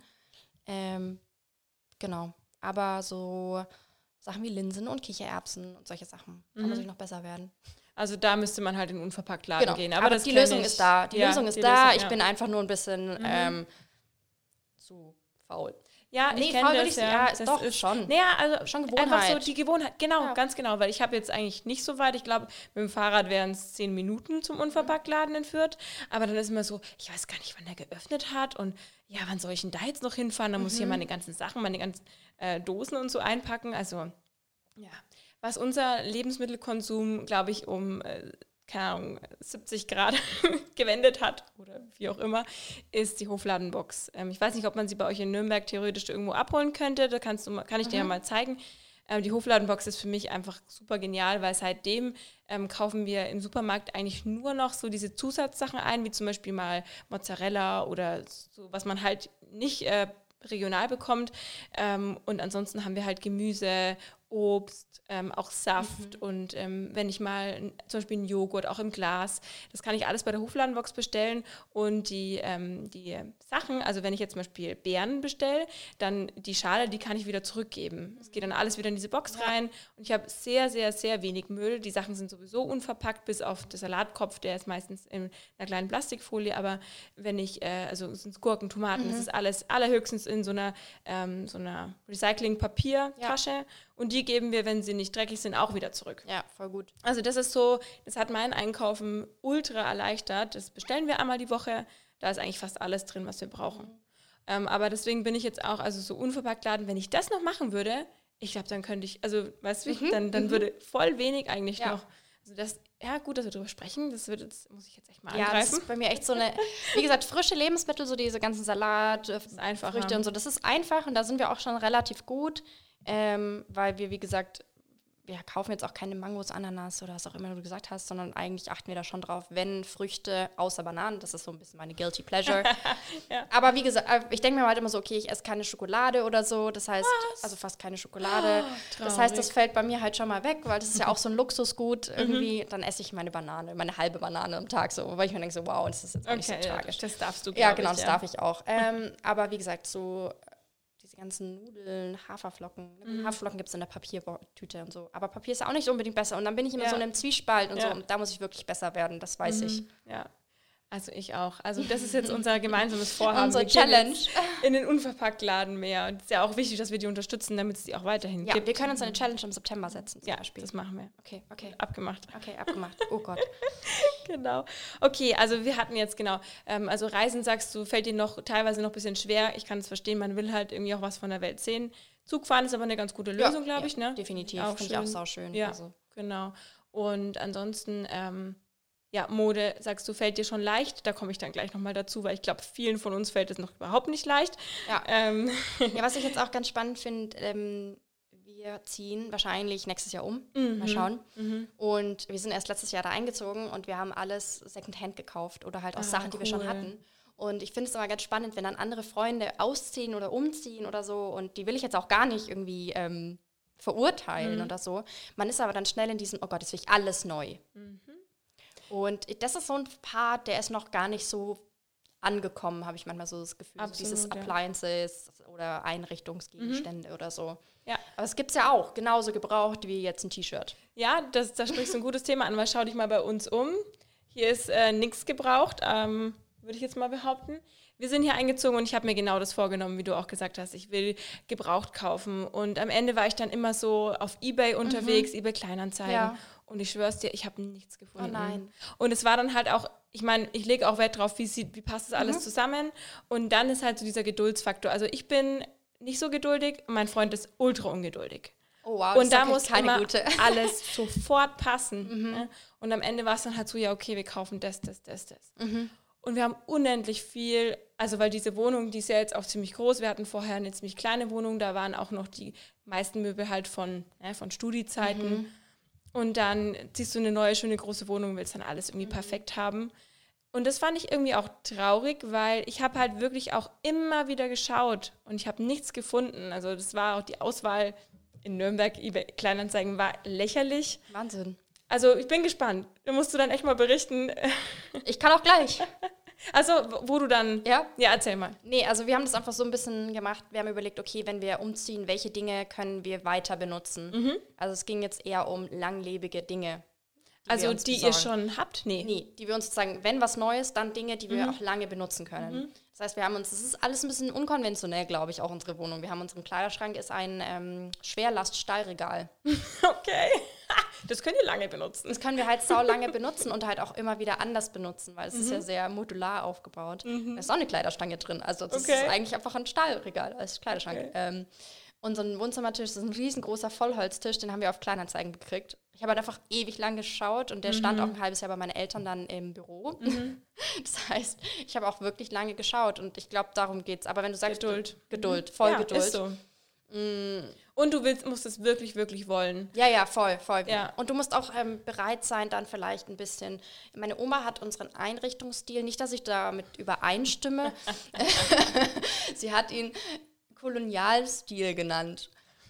Genau. Aber so Sachen wie Linsen und Kichererbsen und solche Sachen kann man sich noch besser werden. Also da müsste man halt in den Unverpacktladen gehen. Aber das die Lösung ist da. Die Lösung ist da. Ich bin einfach nur ein bisschen zu faul. Ja, nee, ich kenne das, ist doch schon. Naja, also schon Gewohnheit. Einfach so die Gewohnheit, genau, ganz genau, weil ich habe jetzt eigentlich nicht so weit, ich glaube, mit dem Fahrrad wären es 10 Minuten zum Unverpacktladen in Fürth, aber dann ist immer so, ich weiß gar nicht, wann der geöffnet hat und ja, wann soll ich denn da jetzt noch hinfahren, dann muss ich hier meine ganzen Sachen, meine ganzen Dosen und so einpacken, also ja, was unser Lebensmittelkonsum, glaube ich, um keine Ahnung, 70 Grad gewendet hat oder wie auch immer, ist die Hofladenbox. Ich weiß nicht, ob man sie bei euch in Nürnberg theoretisch irgendwo abholen könnte, da kann ich dir ja mal zeigen. Die Hofladenbox ist für mich einfach super genial, weil seitdem kaufen wir im Supermarkt eigentlich nur noch so diese Zusatzsachen ein, wie zum Beispiel mal Mozzarella oder so, was man halt nicht regional bekommt. Und ansonsten haben wir halt Gemüse, Obst, auch Saft und wenn ich mal zum Beispiel einen Joghurt auch im Glas, das kann ich alles bei der Hofladenbox bestellen und die Sachen, also wenn ich jetzt zum Beispiel Beeren bestelle, dann die Schale, die kann ich wieder zurückgeben. Es geht dann alles wieder in diese Box rein und ich habe sehr, sehr, sehr wenig Müll. Die Sachen sind sowieso unverpackt, bis auf den Salatkopf, der ist meistens in einer kleinen Plastikfolie, aber wenn ich, also es sind Gurken, Tomaten, das ist alles allerhöchstens in so einer Recycling-Papiertasche und die geben wir, wenn sie nicht dreckig sind, auch wieder zurück. Ja, voll gut. Also das ist so, das hat mein Einkaufen ultra erleichtert. Das bestellen wir einmal die Woche. Da ist eigentlich fast alles drin, was wir brauchen. Aber deswegen bin ich jetzt auch, also so Unverpacktladen, wenn ich das noch machen würde, ich glaube, dann könnte ich, also weißt du, dann würde voll wenig eigentlich noch. Also das, ja gut, dass wir darüber sprechen, das muss ich jetzt echt mal angreifen. Ja, das ist bei mir echt so eine, wie gesagt, frische Lebensmittel, so diese ganzen Salat, Früchte und so, das ist einfach und da sind wir auch schon relativ gut. Weil wir, wie gesagt, wir kaufen jetzt auch keine Mangos, Ananas oder was auch immer du gesagt hast, sondern eigentlich achten wir da schon drauf, wenn Früchte, außer Bananen, das ist so ein bisschen meine Guilty Pleasure. Aber wie gesagt, ich denke mir halt immer so, okay, ich esse keine Schokolade oder so, das heißt, also fast keine Schokolade. Das heißt, das fällt bei mir halt schon mal weg, weil das ist ja auch so ein Luxusgut irgendwie, dann esse ich meine halbe Banane am Tag so, weil ich mir denke so, wow, das ist jetzt auch nicht so tragisch. Das darfst du, ja, genau, das darf ich auch. Aber wie gesagt, so diese ganzen Nudeln, Haferflocken. Haferflocken gibt es in der Papiertüte und so. Aber Papier ist ja auch nicht unbedingt besser. Und dann bin ich immer so in einem Zwiespalt und so. Und da muss ich wirklich besser werden, das weiß ich. Ja, also ich auch. Also das ist jetzt unser gemeinsames Vorhaben. Unsere Challenge. In den Unverpacktladen mehr. Und es ist ja auch wichtig, dass wir die unterstützen, damit es die auch weiterhin gibt. Ja, wir können uns eine Challenge im September setzen zum Beispiel. Das machen wir. Okay. Abgemacht. Oh Gott. Genau. Okay, also wir hatten jetzt also Reisen, sagst du, fällt dir noch teilweise noch ein bisschen schwer. Ich kann es verstehen, man will halt irgendwie auch was von der Welt sehen. Zugfahren ist aber eine ganz gute Lösung, glaube ich. Ne? Definitiv. Finde ich auch sauschön. Ja, genau. Und ansonsten, Mode, sagst du, fällt dir schon leicht? Da komme ich dann gleich nochmal dazu, weil ich glaube, vielen von uns fällt es noch überhaupt nicht leicht. Ja, was ich jetzt auch ganz spannend finde, wir ziehen wahrscheinlich nächstes Jahr um. Mal schauen. Und wir sind erst letztes Jahr da eingezogen und wir haben alles Secondhand gekauft oder halt auch Sachen, die wir schon hatten. Und ich finde es immer ganz spannend, wenn dann andere Freunde ausziehen oder umziehen oder so. Und die will ich jetzt auch gar nicht irgendwie verurteilen oder so. Man ist aber dann schnell in diesem, oh Gott, jetzt will ich alles neu. Und das ist so ein Part, der ist noch gar nicht so angekommen, habe ich manchmal so das Gefühl. Absolut, dieses Appliances oder Einrichtungsgegenstände oder so. Ja. Aber es gibt es ja auch, genauso gebraucht wie jetzt ein T-Shirt. Ja, da sprichst du ein gutes Thema an, weil schau dich mal bei uns um. Hier ist nichts gebraucht, würde ich jetzt mal behaupten. wir sind hier eingezogen und ich habe mir genau das vorgenommen, wie du auch gesagt hast. Ich will gebraucht kaufen. Und am Ende war ich dann immer so auf eBay unterwegs, eBay Kleinanzeigen. Ja. Und ich schwör's dir, ich habe nichts gefunden. Oh nein. Und es war dann halt auch, ich meine, ich lege auch Wert drauf, wie passt das alles zusammen. Und dann ist halt so dieser Geduldsfaktor. Also ich bin nicht so geduldig, mein Freund ist ultra ungeduldig. Oh wow, und da muss immer alles sofort passen. Ne? Und am Ende war es dann halt so, ja okay, wir kaufen das. Und wir haben unendlich viel, also weil diese Wohnung, die ist ja jetzt auch ziemlich groß, wir hatten vorher eine ziemlich kleine Wohnung, da waren auch noch die meisten Möbel halt von Studiezeiten. Und dann ziehst du eine neue, schöne große Wohnung, willst dann alles irgendwie perfekt haben. Und das fand ich irgendwie auch traurig, weil ich habe halt wirklich auch immer wieder geschaut und ich habe nichts gefunden. Also das war auch die Auswahl in Nürnberg, eBay Kleinanzeigen war lächerlich. Wahnsinn. Also ich bin gespannt. Da musst du dann echt mal berichten. Ich kann auch gleich. Also, wo du dann... Ja, erzähl mal. Nee, also wir haben das einfach so ein bisschen gemacht. Wir haben überlegt, okay, wenn wir umziehen, welche Dinge können wir weiter benutzen? Also es ging jetzt eher um langlebige Dinge. Also die ihr schon habt? Nee, die wir uns sozusagen, wenn was Neues, dann Dinge, die wir auch lange benutzen können. Das heißt, das ist alles ein bisschen unkonventionell, glaube ich, auch unsere Wohnung. Wir haben unseren Kleiderschrank, ist ein Schwerlast-Stahlregal. Okay, das könnt ihr lange benutzen. Das können wir halt sau lange benutzen und halt auch immer wieder anders benutzen, weil es ist ja sehr modular aufgebaut. Da ist auch eine Kleiderstange drin, also das ist eigentlich einfach ein Stahlregal als Kleiderschrank. Okay. Unser Wohnzimmertisch ist ein riesengroßer Vollholztisch, den haben wir auf Kleinanzeigen gekriegt. Ich habe halt einfach ewig lang geschaut und der stand auch ein halbes Jahr bei meinen Eltern dann im Büro. Das heißt, ich habe auch wirklich lange geschaut und ich glaube, darum geht's. Aber wenn du sagst, Geduld, voll Geduld. Ist so. Und du musst es wirklich, wirklich wollen. Ja, voll. Ja. Und du musst auch bereit sein, dann vielleicht ein bisschen... Meine Oma hat unseren Einrichtungsstil, nicht, dass ich damit übereinstimme, sie hat ihn Kolonialstil genannt.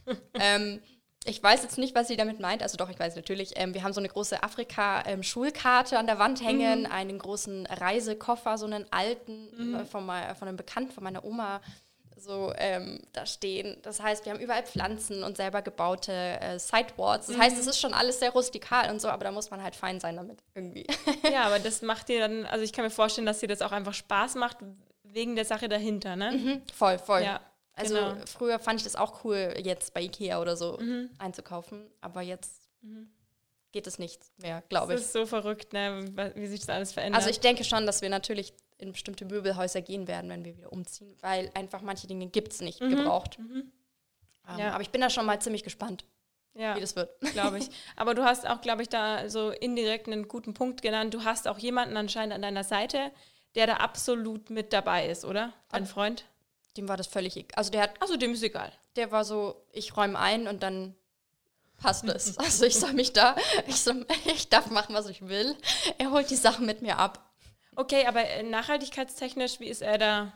Ich weiß jetzt nicht, was sie damit meint. Also doch, ich weiß natürlich. Wir haben so eine große Afrika-Schulkarte an der Wand hängen, einen großen Reisekoffer, so einen alten von einem Bekannten von meiner Oma so da stehen. Das heißt, wir haben überall Pflanzen und selber gebaute Sideboards. Das heißt, es ist schon alles sehr rustikal und so, aber da muss man halt fein sein damit irgendwie. Ja, aber das macht dir dann, also ich kann mir vorstellen, dass dir das auch einfach Spaß macht, wegen der Sache dahinter, ne? Voll. Ja. Also früher fand ich das auch cool, jetzt bei Ikea oder so einzukaufen, aber jetzt geht es nicht mehr, glaube ich. Das ist so verrückt, ne? Wie sich das alles verändert. Also ich denke schon, dass wir natürlich in bestimmte Möbelhäuser gehen werden, wenn wir wieder umziehen, weil einfach manche Dinge gibt es nicht gebraucht. Aber ich bin da schon mal ziemlich gespannt, wie das wird. Glaube ich. Aber du hast auch, glaube ich, da so indirekt einen guten Punkt genannt. Du hast auch jemanden anscheinend an deiner Seite, der da absolut mit dabei ist, oder? Dein Freund? Dem war das völlig egal. Also dem ist egal. Der war so, ich räume ein und dann passt es. Also ich darf machen, was ich will. Er holt die Sachen mit mir ab. Okay, aber nachhaltigkeitstechnisch, wie ist er da?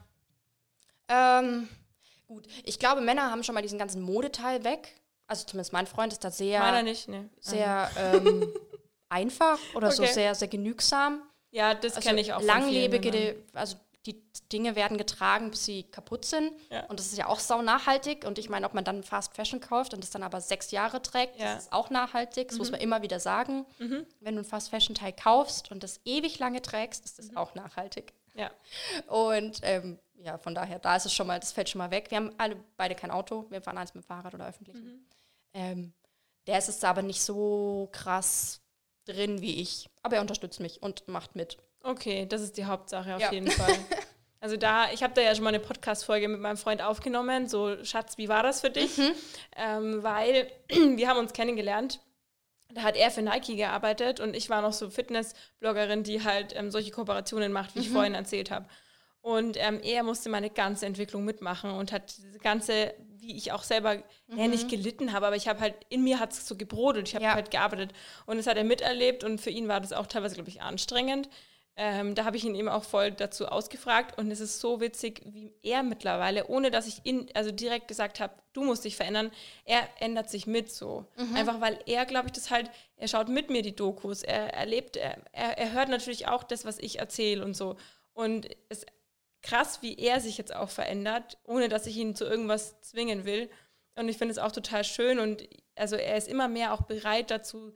Gut, ich glaube, Männer haben schon mal diesen ganzen Modeteil weg. Also zumindest mein Freund ist da sehr... Meiner nicht, ne. Sehr einfach oder so sehr, sehr genügsam. Ja, das kenne ich auch langlebige, von vielen, also die Dinge werden getragen, bis sie kaputt sind. Ja. Und das ist ja auch sau nachhaltig. Und ich meine, ob man dann Fast Fashion kauft und das dann aber 6 Jahre trägt, das ist auch nachhaltig. Das muss man immer wieder sagen. Wenn du ein Fast Fashion Teil kaufst und das ewig lange trägst, ist das auch nachhaltig. Ja. Und von daher, das fällt schon mal weg. Wir haben beide kein Auto. Wir fahren eins mit dem Fahrrad oder öffentlich. Der ist es aber nicht so krass drin wie ich. Aber er unterstützt mich und macht mit. Okay, das ist die Hauptsache auf jeden Fall. Also ich habe da ja schon mal eine Podcast-Folge mit meinem Freund aufgenommen, so Schatz, wie war das für dich? Weil wir haben uns kennengelernt, da hat er für Nike gearbeitet und ich war noch so Fitness-Bloggerin, die halt solche Kooperationen macht, wie ich vorhin erzählt habe. Und er musste meine ganze Entwicklung mitmachen und hat diese ganze, wie ich auch selber nicht gelitten habe, aber ich habe halt, in mir hat es so gebrodelt, ich habe halt gearbeitet und das hat er miterlebt und für ihn war das auch teilweise, glaube ich, anstrengend. Da habe ich ihn eben auch voll dazu ausgefragt und es ist so witzig, wie er mittlerweile, ohne dass ich ihn direkt gesagt habe, du musst dich verändern, er ändert sich mit so. Einfach weil er, glaube ich, er schaut mit mir die Dokus, er erlebt, er hört natürlich auch das, was ich erzähle und so. Und es ist krass, wie er sich jetzt auch verändert, ohne dass ich ihn zu irgendwas zwingen will. Und ich finde es auch total schön und also er ist immer mehr auch bereit dazu,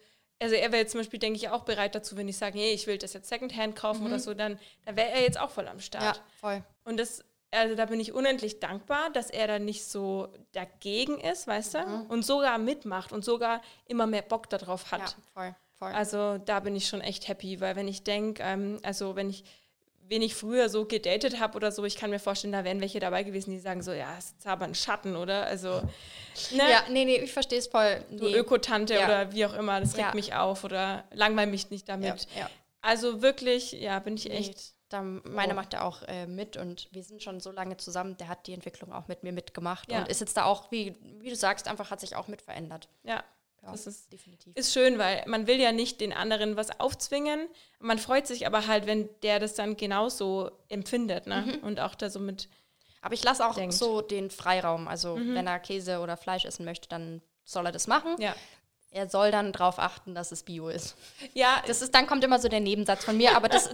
also er wäre jetzt zum Beispiel, denke ich, auch bereit dazu, wenn ich sage, hey, ich will das jetzt Secondhand kaufen oder so, dann wäre er jetzt auch voll am Start. Ja, voll. Und also da bin ich unendlich dankbar, dass er da nicht so dagegen ist, weißt du? Und sogar mitmacht und sogar immer mehr Bock darauf hat. Ja, voll. Also da bin ich schon echt happy, weil wenn ich denke, also wen ich früher so gedatet habe oder so, ich kann mir vorstellen, da wären welche dabei gewesen, die sagen so, ja, es ist aber ein Schatten, oder? Also, ne? Ja, nee, ich verstehe es voll. So Ökotante Ja. oder wie auch immer, das regt mich auf oder langweil mich nicht damit. Ja. Also wirklich, ja, bin ich echt... Meine macht er auch mit und wir sind schon so lange zusammen, der hat die Entwicklung auch mit mir mitgemacht Ja. und ist jetzt da auch, wie du sagst, einfach hat sich auch mit verändert. Ja. Ja, Das definitiv. ist schön, weil man will ja nicht den anderen was aufzwingen. Man freut sich aber halt, wenn der das dann genauso empfindet, ne? Und auch da so mit Aber ich lasse auch denkt. so den Freiraum. Also wenn er Käse oder Fleisch essen möchte, dann soll er das machen. Ja. Er soll dann darauf achten, dass es Bio ist. Ja, Dann kommt immer so der Nebensatz von mir, aber das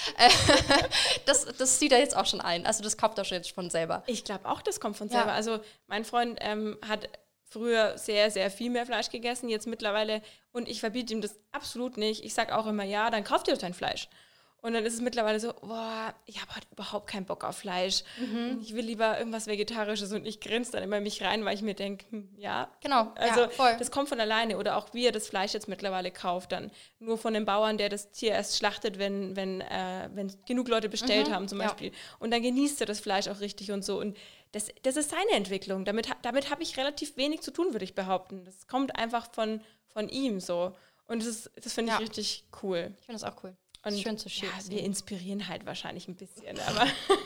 sieht er jetzt auch schon ein. Also das kauft er schon jetzt von selber. ich glaube auch, das kommt von Ja. selber. Also mein Freund hat früher sehr, sehr viel mehr Fleisch gegessen, jetzt mittlerweile, und ich verbiete ihm das absolut nicht. Ich sage auch immer, ja, dann kauft ihr doch dein Fleisch. Und dann ist es mittlerweile so, boah, ich habe heute überhaupt keinen Bock auf Fleisch. Ich will lieber irgendwas Vegetarisches, und ich grinse dann immer in mich rein, weil ich mir denke, ja. Genau, Also ja, voll. das kommt von alleine. Oder auch wie er das Fleisch jetzt mittlerweile kauft, dann nur von dem Bauern, der das Tier erst schlachtet, wenn genug Leute bestellt haben zum ja. Beispiel. Und dann genießt er das Fleisch auch richtig und so. Und das ist seine Entwicklung. Damit habe ich relativ wenig zu tun, würde ich behaupten. Das kommt einfach von ihm so. Und das finde ich richtig cool. Ich finde das auch cool. Und Schön zu ja, sehen. wir inspirieren halt wahrscheinlich ein bisschen, aber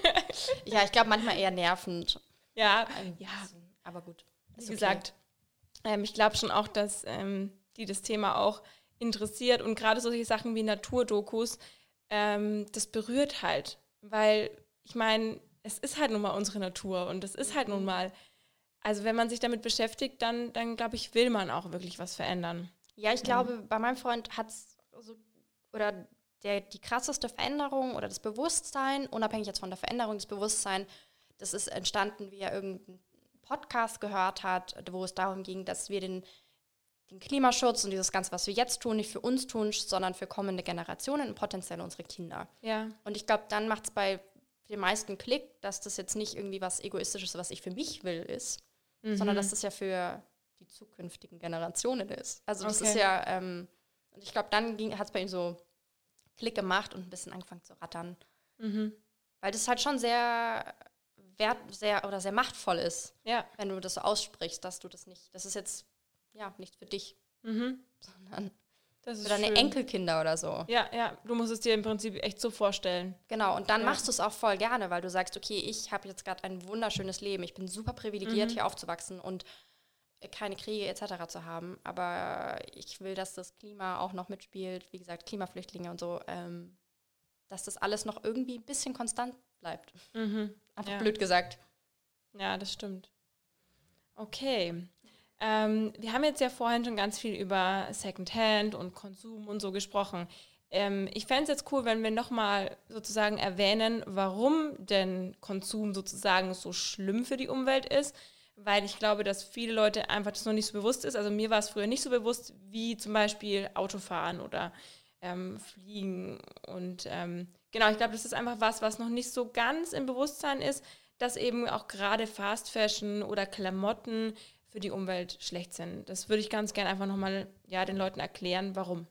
Ja, ich glaube manchmal eher nervend. ja, Bisschen, aber gut. wie gesagt, ich glaube schon auch, dass die das Thema auch interessiert, und gerade solche Sachen wie Naturdokus, das berührt halt, weil ich meine, es ist halt nun mal unsere Natur und es ist halt nun mal, also wenn man sich damit beschäftigt, dann glaube ich, will man auch wirklich was verändern. Ja, ich glaube, bei meinem Freund hat es so, oder die krasseste Veränderung oder das Bewusstsein, unabhängig jetzt von der Veränderung, das Bewusstsein, das ist entstanden, wie er irgendeinen Podcast gehört hat, wo es darum ging, dass wir den Klimaschutz und dieses Ganze, was wir jetzt tun, nicht für uns tun, sondern für kommende Generationen und potenziell unsere Kinder. Ja. Und ich glaube, dann macht es bei den meisten Klick, dass das jetzt nicht irgendwie was Egoistisches, was ich für mich will, ist, sondern dass das ja für die zukünftigen Generationen ist. Also das ist ja, und ich glaube, dann hat es bei ihm so Klick gemacht und ein bisschen angefangen zu rattern. Weil das halt schon sehr sehr machtvoll ist, wenn du das so aussprichst, dass du das ist jetzt nicht für dich, sondern Das ist für deine schön. Enkelkinder oder so. Ja, du musst es dir im Prinzip echt so vorstellen. Genau, und dann machst du es auch voll gerne, weil du sagst, okay, ich habe jetzt gerade ein wunderschönes Leben, ich bin super privilegiert, hier aufzuwachsen und keine Kriege etc. zu haben, aber ich will, dass das Klima auch noch mitspielt, wie gesagt, Klimaflüchtlinge und so, dass das alles noch irgendwie ein bisschen konstant bleibt. Einfach blöd gesagt. Ja, das stimmt. Okay. Wir haben jetzt ja vorhin schon ganz viel über Secondhand und Konsum und so gesprochen. Ich fände es jetzt cool, wenn wir nochmal sozusagen erwähnen, warum denn Konsum sozusagen so schlimm für die Umwelt ist, weil ich glaube, dass viele Leute einfach das noch nicht so bewusst ist. Also mir war es früher nicht so bewusst, wie zum Beispiel Autofahren oder Fliegen. Und genau, ich glaube, das ist einfach was noch nicht so ganz im Bewusstsein ist, dass eben auch gerade Fast Fashion oder Klamotten für die Umwelt schlecht sind. Das würde ich ganz gerne einfach nochmal den Leuten erklären, warum.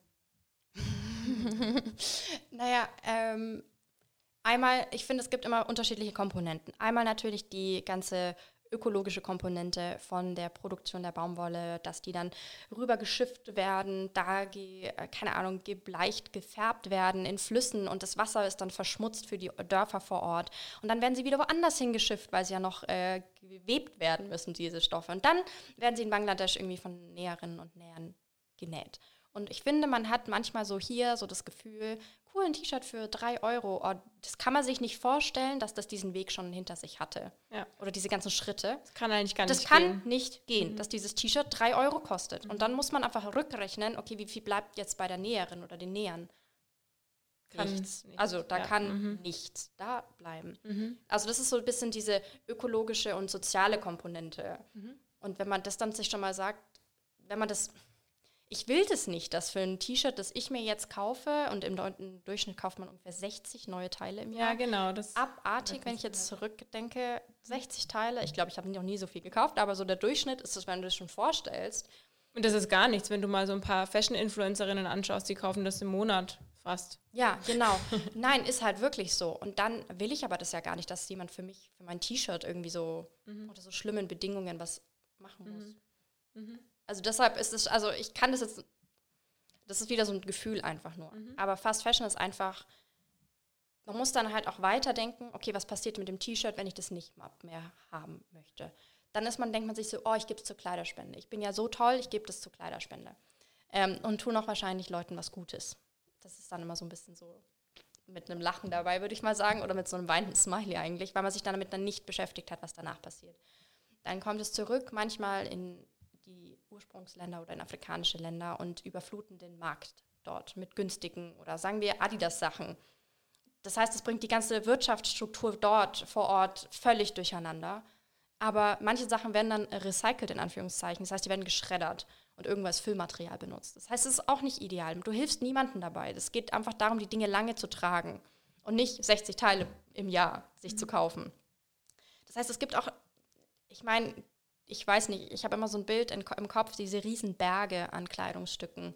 Naja, einmal, ich finde, es gibt immer unterschiedliche Komponenten. Einmal natürlich die ganze ökologische Komponente von der Produktion der Baumwolle, dass die dann rübergeschifft werden, da, keine Ahnung, gebleicht, gefärbt werden in Flüssen und das Wasser ist dann verschmutzt für die Dörfer vor Ort. Und dann werden sie wieder woanders hingeschifft, weil sie ja noch gewebt werden müssen, diese Stoffe. Und dann werden sie in Bangladesch irgendwie von Näherinnen und Nähern genäht. Und ich finde, man hat manchmal so hier so das Gefühl, cool, ein T-Shirt für 3 Euro. Oh, das kann man sich nicht vorstellen, dass das diesen Weg schon hinter sich hatte. Ja. Oder diese ganzen Schritte. Das kann eigentlich gar nicht Das kann gehen. nicht gehen, dass dieses T-Shirt 3 Euro kostet. Und dann muss man einfach rückrechnen, okay, wie viel bleibt jetzt bei der Näherin oder den Nähern? Nichts. Also da kann nichts da bleiben. Also das ist so ein bisschen diese ökologische und soziale Komponente. Und wenn man das dann sich schon mal sagt, wenn man das... ich will das nicht, dass für ein T-Shirt, das ich mir jetzt kaufe, und im Durchschnitt kauft man ungefähr 60 neue Teile im Jahr. Ja, genau. Das abartig, wenn ich jetzt zurückdenke, 60 Teile. Ich glaube, ich habe noch nie so viel gekauft, aber so der Durchschnitt ist das, wenn du das schon vorstellst. Und das ist gar nichts, wenn du mal so ein paar Fashion-Influencerinnen anschaust, die kaufen das im Monat fast. Ja, genau. Nein, ist halt wirklich so. Und dann will ich aber das ja gar nicht, dass jemand für mein T-Shirt irgendwie so unter so schlimmen Bedingungen was machen muss. Also deshalb ist es, also ich kann das jetzt, das ist wieder so ein Gefühl einfach nur. Aber Fast Fashion ist einfach, man muss dann halt auch weiterdenken, okay, was passiert mit dem T-Shirt, wenn ich das nicht mehr haben möchte. Dann denkt man sich so, ich gebe es zur Kleiderspende. Ich bin ja so toll, ich gebe das zur Kleiderspende. Und tue noch wahrscheinlich Leuten was Gutes. Das ist dann immer so ein bisschen so mit einem Lachen dabei, würde ich mal sagen, oder mit so einem weinenden Smiley eigentlich, weil man sich damit dann nicht beschäftigt hat, was danach passiert. Dann kommt es zurück, manchmal in die Ursprungsländer oder in afrikanische Länder und überfluten den Markt dort mit günstigen oder sagen wir Adidas-Sachen. Das heißt, es bringt die ganze Wirtschaftsstruktur dort vor Ort völlig durcheinander. Aber manche Sachen werden dann recycelt, in Anführungszeichen. Das heißt, die werden geschreddert und irgendwas Füllmaterial benutzt. Das heißt, es ist auch nicht ideal. Du hilfst niemandem dabei. Es geht einfach darum, die Dinge lange zu tragen und nicht 60 Teile im Jahr sich zu kaufen. Das heißt, es gibt auch, ich meine, ich weiß nicht, ich habe immer so ein Bild im Kopf, diese riesen Berge an Kleidungsstücken,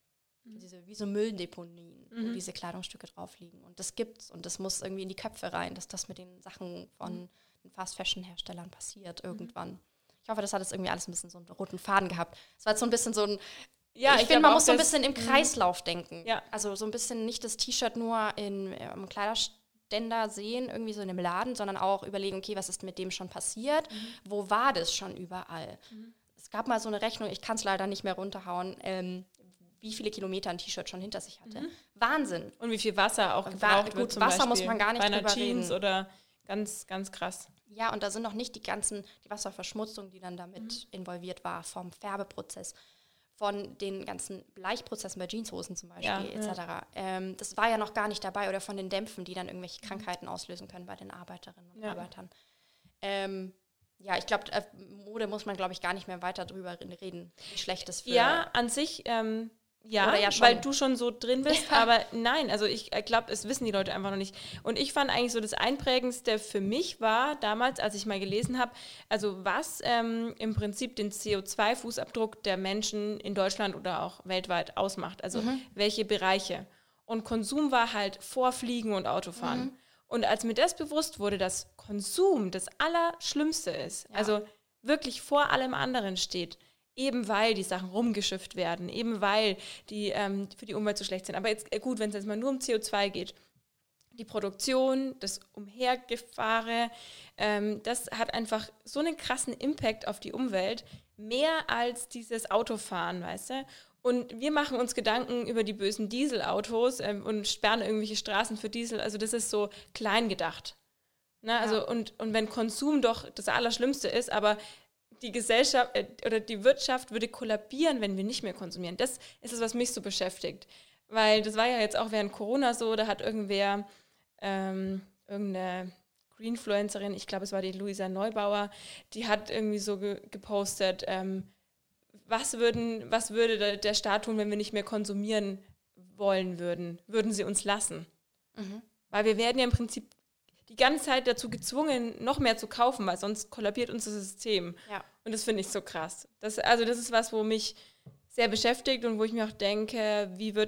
wie so Mülldeponien, wo diese Kleidungsstücke drauf liegen. Und das gibt's und das muss irgendwie in die Köpfe rein, dass das mit den Sachen von den Fast-Fashion-Herstellern passiert irgendwann. Ich hoffe, das hat jetzt irgendwie alles ein bisschen so einen roten Faden gehabt. Es war jetzt so ein bisschen so ein, ich finde, man muss so ein bisschen im Kreislauf denken. Ja. Also so ein bisschen nicht das T-Shirt nur am Kleiderständer sehen, irgendwie so in einem Laden, sondern auch überlegen, okay, was ist mit dem schon passiert? Wo war das schon überall? Es gab mal so eine Rechnung, ich kann es leider nicht mehr runterhauen, wie viele Kilometer ein T-Shirt schon hinter sich hatte. Wahnsinn. Und wie viel Wasser auch gebraucht wird zum Wasser Beispiel. muss man gar nicht bei einer drüber Jeans reden. Oder ganz, ganz krass. Ja, und da sind noch nicht die Wasserverschmutzung, die dann damit involviert war, vom Färbeprozess, von den ganzen Bleichprozessen bei Jeanshosen zum Beispiel, etc. Das war ja noch gar nicht dabei, oder von den Dämpfen, die dann irgendwelche Krankheiten auslösen können bei den Arbeiterinnen und Arbeitern. Ich glaube, Mode muss man, glaube ich, gar nicht mehr weiter drüber reden, wie schlecht das für... Ja, an sich... schon. Weil du schon so drin bist, aber nein, also ich glaube, es wissen die Leute einfach noch nicht. Und ich fand eigentlich so das Einprägendste für mich war damals, als ich mal gelesen habe, also was im Prinzip den CO2-Fußabdruck der Menschen in Deutschland oder auch weltweit ausmacht, also welche Bereiche. Und Konsum war halt Vorfliegen und Autofahren. Und als mir das bewusst wurde, dass Konsum das Allerschlimmste ist, also wirklich vor allem anderen steht, eben weil die Sachen rumgeschifft werden, eben weil die für die Umwelt so schlecht sind. Aber jetzt gut, wenn es jetzt mal nur um CO2 geht, die Produktion, das Umhergefahre, das hat einfach so einen krassen Impact auf die Umwelt, mehr als dieses Autofahren, weißt du? Und wir machen uns Gedanken über die bösen Dieselautos und sperren irgendwelche Straßen für Diesel. Also das ist so klein gedacht. Ne? Also und wenn Konsum doch das Allerschlimmste ist, aber die Gesellschaft oder die Wirtschaft würde kollabieren, wenn wir nicht mehr konsumieren. Das ist es, was mich so beschäftigt. Weil das war ja jetzt auch während Corona so, da hat irgendwer, irgendeine Greenfluencerin, ich glaube, es war die Luisa Neubauer, die hat irgendwie so gepostet, was würde der Staat tun, wenn wir nicht mehr konsumieren wollen würden? Würden sie uns lassen? Weil wir werden ja im Prinzip die ganze Zeit dazu gezwungen, noch mehr zu kaufen, weil sonst kollabiert unser System. Ja. Und das finde ich so krass. Das ist was, wo mich sehr beschäftigt und wo ich mir auch denke,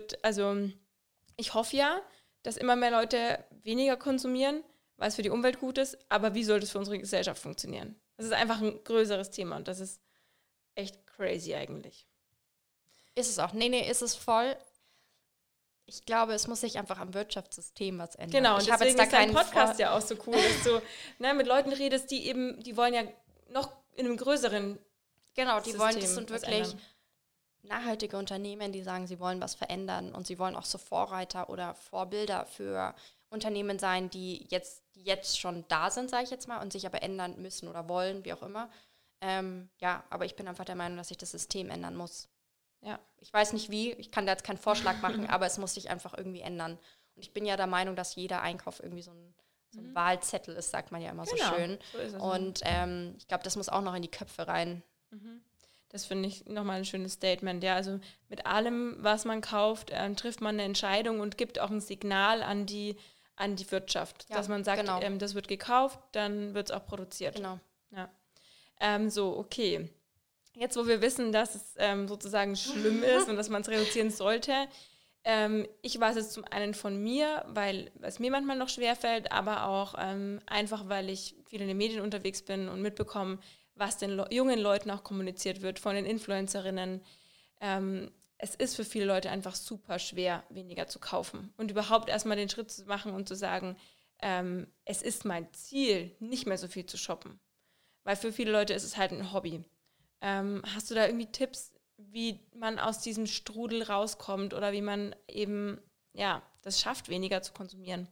ich hoffe ja, dass immer mehr Leute weniger konsumieren, weil es für die Umwelt gut ist, aber wie soll das für unsere Gesellschaft funktionieren? Das ist einfach ein größeres Thema und das ist echt crazy eigentlich. Ist es auch. Nee, ist es voll. Ich glaube, es muss sich einfach am Wirtschaftssystem was ändern. Genau, und deswegen ist dein Podcast ja auch so cool, dass du mit Leuten redest, die wollen ja noch in einem größeren Genau, die wollen, das sind wirklich nachhaltige Unternehmen, die sagen, sie wollen was verändern und sie wollen auch so Vorreiter oder Vorbilder für Unternehmen sein, die jetzt schon da sind, sage ich jetzt mal, und sich aber ändern müssen oder wollen, wie auch immer. Aber ich bin einfach der Meinung, dass sich das System ändern muss. Ja. Ich weiß nicht wie, ich kann da jetzt keinen Vorschlag machen, aber es muss sich einfach irgendwie ändern. Und ich bin ja der Meinung, dass jeder Einkauf irgendwie so ein Wahlzettel ist, sagt man ja immer so schön. So ist es. Und ich glaube, das muss auch noch in die Köpfe rein. Das finde ich nochmal ein schönes Statement. Ja, also mit allem, was man kauft, trifft man eine Entscheidung und gibt auch ein Signal an die Wirtschaft, dass man sagt, genau. Das wird gekauft, dann wird es auch produziert. Genau. Ja. Okay. Jetzt, wo wir wissen, dass es sozusagen schlimm ist und dass man es reduzieren sollte, ich weiß es zum einen von mir, weil es mir manchmal noch schwerfällt, aber auch einfach, weil ich viel in den Medien unterwegs bin und mitbekomme, was den jungen Leuten auch kommuniziert wird von den Influencerinnen. Es ist für viele Leute einfach super schwer, weniger zu kaufen und überhaupt erstmal den Schritt zu machen und zu sagen, es ist mein Ziel, nicht mehr so viel zu shoppen. Weil für viele Leute ist es halt ein Hobby. Hast du da irgendwie Tipps, wie man aus diesem Strudel rauskommt oder wie man eben das schafft, weniger zu konsumieren?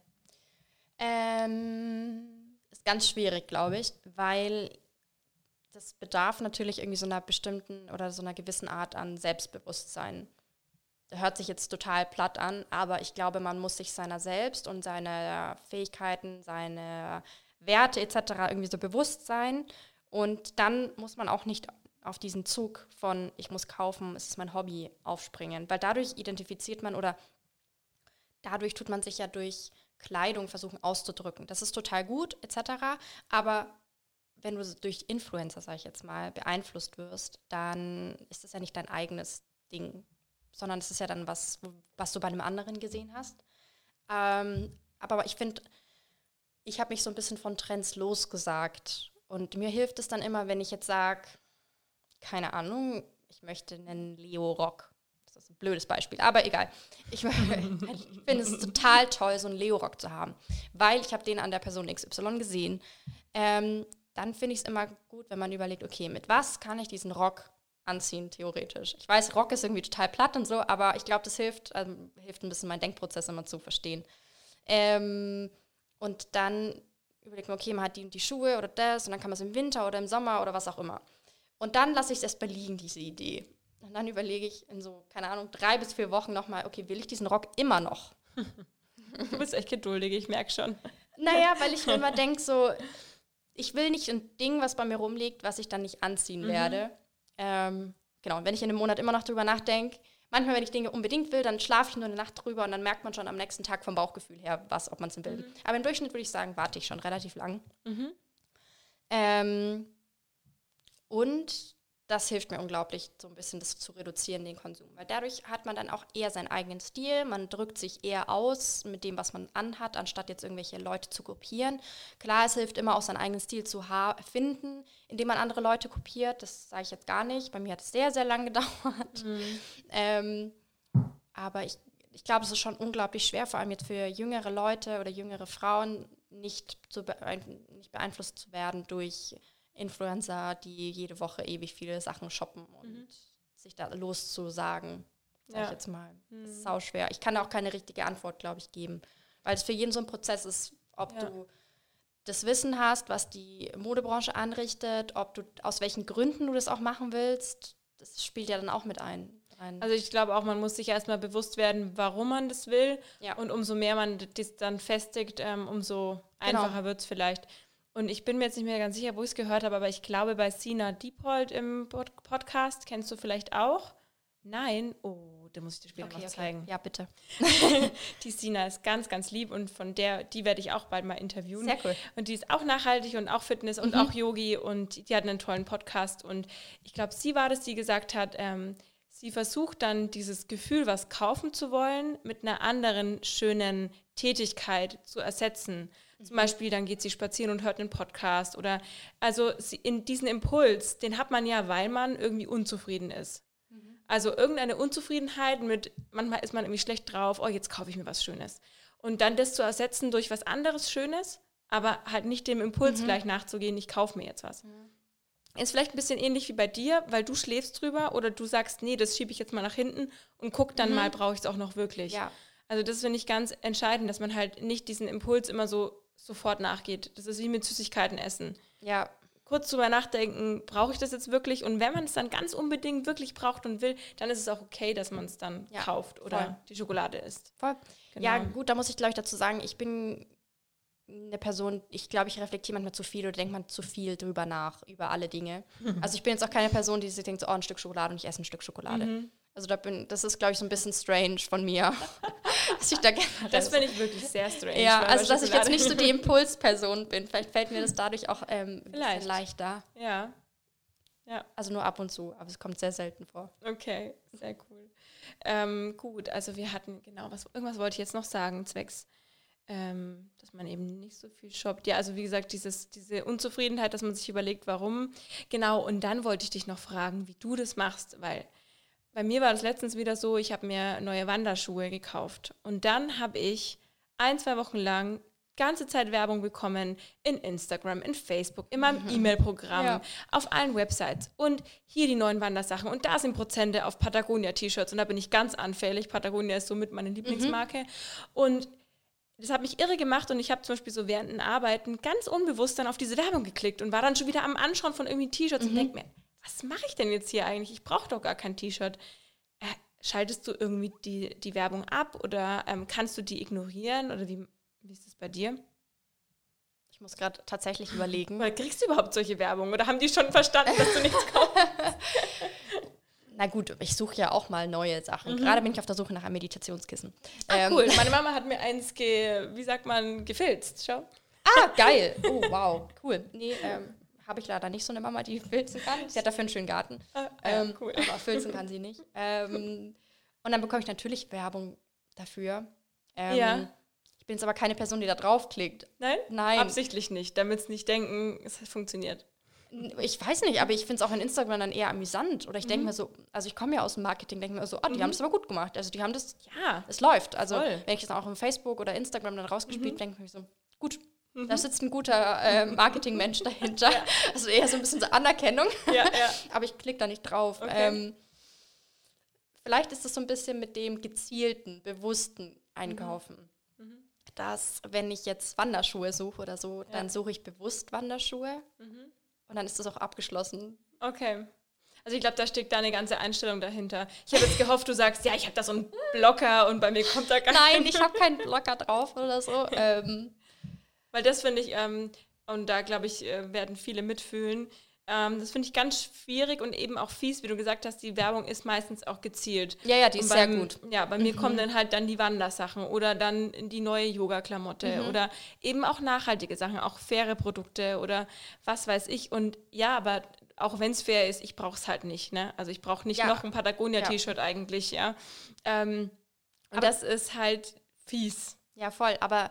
Ist ganz schwierig, glaube ich, weil das bedarf natürlich irgendwie so einer bestimmten oder so einer gewissen Art an Selbstbewusstsein. Das hört sich jetzt total platt an, aber ich glaube, man muss sich seiner selbst und seiner Fähigkeiten, seine Werte etc. irgendwie so bewusst sein. Und dann muss man auch nicht auf diesen Zug von ich muss kaufen, es ist mein Hobby, aufspringen. Weil dadurch identifiziert man oder dadurch tut man sich ja durch Kleidung versuchen auszudrücken. Das ist total gut etc. Aber wenn du durch Influencer, sage ich jetzt mal, beeinflusst wirst, dann ist das ja nicht dein eigenes Ding, sondern es ist ja dann was du bei einem anderen gesehen hast. Aber ich finde, ich habe mich so ein bisschen von Trends losgesagt. Und mir hilft es dann immer, wenn ich jetzt sage, keine Ahnung, ich möchte einen Leo-Rock. Das ist ein blödes Beispiel, aber egal. Ich finde es total toll, so einen Leo-Rock zu haben, weil ich habe den an der Person XY gesehen. Dann finde ich es immer gut, wenn man überlegt, okay, mit was kann ich diesen Rock anziehen, theoretisch. Ich weiß, Rock ist irgendwie total platt und so, aber ich glaube, das hilft ein bisschen, meinen Denkprozess immer zu verstehen. Und dann überlegt man, okay, man hat die Schuhe oder das und dann kann man es im Winter oder im Sommer oder was auch immer. Und dann lasse ich es erstmal liegen, diese Idee. Und dann überlege ich in so, keine Ahnung, 3 bis 4 Wochen nochmal, okay, will ich diesen Rock immer noch? Du bist echt geduldig, ich merke schon. Naja, weil ich mir immer denke, so, ich will nicht ein Ding, was bei mir rumliegt, was ich dann nicht anziehen werde. Genau, und wenn ich in einem Monat immer noch drüber nachdenke, manchmal, wenn ich Dinge unbedingt will, dann schlafe ich nur eine Nacht drüber und dann merkt man schon am nächsten Tag vom Bauchgefühl her, ob man es will. Aber im Durchschnitt würde ich sagen, warte ich schon relativ lang. Und das hilft mir unglaublich, so ein bisschen das zu reduzieren, den Konsum. Weil dadurch hat man dann auch eher seinen eigenen Stil, man drückt sich eher aus mit dem, was man anhat, anstatt jetzt irgendwelche Leute zu kopieren. Klar, es hilft immer auch, seinen eigenen Stil zu finden, indem man andere Leute kopiert. Das sage ich jetzt gar nicht. Bei mir hat es sehr, sehr lang gedauert. Aber ich glaube, es ist schon unglaublich schwer, vor allem jetzt für jüngere Leute oder jüngere Frauen, nicht beeinflusst zu werden durch Influencer, die jede Woche ewig viele Sachen shoppen und sich da loszusagen, sag ich jetzt mal. Das ist sau schwer. Ich kann auch keine richtige Antwort, glaube ich, geben, weil es für jeden so ein Prozess ist, ob du das Wissen hast, was die Modebranche anrichtet, ob du aus welchen Gründen du das auch machen willst, das spielt ja dann auch mit ein. Also ich glaube auch, man muss sich erstmal bewusst werden, warum man das will und umso mehr man das dann festigt, umso einfacher wird es vielleicht. Und ich bin mir jetzt nicht mehr ganz sicher, wo ich es gehört habe, aber ich glaube bei Sina Diepold im Podcast, kennst du vielleicht auch? Nein? Oh, da muss ich dir später noch zeigen. Ja, bitte. Die Sina ist ganz, ganz lieb und die werde ich auch bald mal interviewen. Sehr cool. Und die ist auch nachhaltig und auch Fitness und auch Yogi und die hat einen tollen Podcast. Und ich glaube, sie war das, die gesagt hat, sie versucht dann dieses Gefühl, was kaufen zu wollen, mit einer anderen schönen Tätigkeit zu ersetzen. Zum Beispiel, dann geht sie spazieren und hört einen Podcast oder also in diesen Impuls, den hat man ja, weil man irgendwie unzufrieden ist. Also irgendeine Unzufriedenheit mit, manchmal ist man irgendwie schlecht drauf, oh, jetzt kaufe ich mir was Schönes. Und dann das zu ersetzen durch was anderes Schönes, aber halt nicht dem Impuls gleich nachzugehen, ich kaufe mir jetzt was. Ist vielleicht ein bisschen ähnlich wie bei dir, weil du schläfst drüber oder du sagst, nee, das schiebe ich jetzt mal nach hinten und guck dann mal, brauche ich es auch noch wirklich. Ja. Also das finde ich ganz entscheidend, dass man halt nicht diesen Impuls immer so sofort nachgeht. Das ist wie mit Süßigkeiten essen. Ja. Kurz drüber nachdenken, brauche ich das jetzt wirklich? Und wenn man es dann ganz unbedingt wirklich braucht und will, dann ist es auch okay, dass man es dann kauft oder die Schokolade isst. Voll. Genau. Ja, gut, da muss ich, glaube ich, dazu sagen, ich bin eine Person, ich glaube, ich reflektiere manchmal zu viel oder denke man zu viel drüber nach, über alle Dinge. Also ich bin jetzt auch keine Person, die sich denkt, so, ein Stück Schokolade und ich esse ein Stück Schokolade. Also das ist, glaube ich, so ein bisschen strange von mir. Dass ich da das finde ich wirklich sehr strange. Ja, also dass ich jetzt nicht so die Impulsperson bin. Vielleicht fällt mir das dadurch auch ein bisschen leichter. Ja. Also nur ab und zu, aber es kommt sehr selten vor. Okay, sehr cool. Gut, also wir hatten, irgendwas wollte ich jetzt noch sagen, zwecks dass man eben nicht so viel shoppt. Ja, also wie gesagt, diese Unzufriedenheit, dass man sich überlegt, warum. Genau, und dann wollte ich dich noch fragen, wie du das machst, weil bei mir war das letztens wieder so, ich habe mir neue Wanderschuhe gekauft und dann habe ich 1-2 Wochen lang ganze Zeit Werbung bekommen in Instagram, in Facebook, in meinem E-Mail-Programm, auf allen Websites und hier die neuen Wandersachen und da sind Prozente auf Patagonia-T-Shirts und da bin ich ganz anfällig. Patagonia ist somit meine Lieblingsmarke und das hat mich irre gemacht und ich habe zum Beispiel so während den Arbeiten ganz unbewusst dann auf diese Werbung geklickt und war dann schon wieder am Anschauen von irgendwie T-Shirts und denke mir, was mache ich denn jetzt hier eigentlich? Ich brauche doch gar kein T-Shirt. Schaltest du irgendwie die Werbung ab oder kannst du die ignorieren oder wie ist das bei dir? Ich muss gerade tatsächlich überlegen. Oder kriegst du überhaupt solche Werbung oder haben die schon verstanden, dass du nichts kaufst? Na gut, ich suche ja auch mal neue Sachen. Gerade bin ich auf der Suche nach einem Meditationskissen. Cool, meine Mama hat mir eins gefilzt, schau. Ah, geil. Oh, wow, cool. Nee, habe ich leider nicht so eine Mama, die filzen kann. Sie hat dafür einen schönen Garten. Cool. Aber filzen kann sie nicht. Und dann bekomme ich natürlich Werbung dafür. Ich bin jetzt aber keine Person, die da draufklickt. Nein? Absichtlich nicht, damit es nicht denken, es funktioniert. Ich weiß nicht, aber ich finde es auch in Instagram dann eher amüsant. Oder ich denke mir so, also ich komme ja aus dem Marketing, denke mir so, die haben das aber gut gemacht. Also die haben das, es läuft. Also wenn ich das auch auf Facebook oder Instagram dann rausgespielt, denke ich mir so, gut, da sitzt ein guter Marketingmensch dahinter. Also eher so ein bisschen so Anerkennung. Aber ich klicke da nicht drauf. Okay. Vielleicht ist es so ein bisschen mit dem gezielten, bewussten Einkaufen. Dass, wenn ich jetzt Wanderschuhe suche oder so, dann suche ich bewusst Wanderschuhe. Und dann ist das auch abgeschlossen. Okay. Also ich glaube, da steckt da eine ganze Einstellung dahinter. Ich habe jetzt gehofft, du sagst, ja, ich habe da so einen Blocker und bei mir kommt da gar Nein, ich habe keinen Blocker drauf oder so. Weil das finde ich, und da glaube ich, werden viele mitfühlen, das finde ich ganz schwierig und eben auch fies, wie du gesagt hast, die Werbung ist meistens auch gezielt. Ja, die ist sehr gut. Ja, bei mir kommen dann halt dann die Wandersachen oder dann die neue Yoga-Klamotte oder eben auch nachhaltige Sachen, auch faire Produkte oder was weiß ich. Und ja, aber auch wenn es fair ist, ich brauche es halt nicht, ne? Also ich brauche nicht noch ein Patagonia-T-Shirt eigentlich, ja. Und das ist halt fies. Ja, voll, aber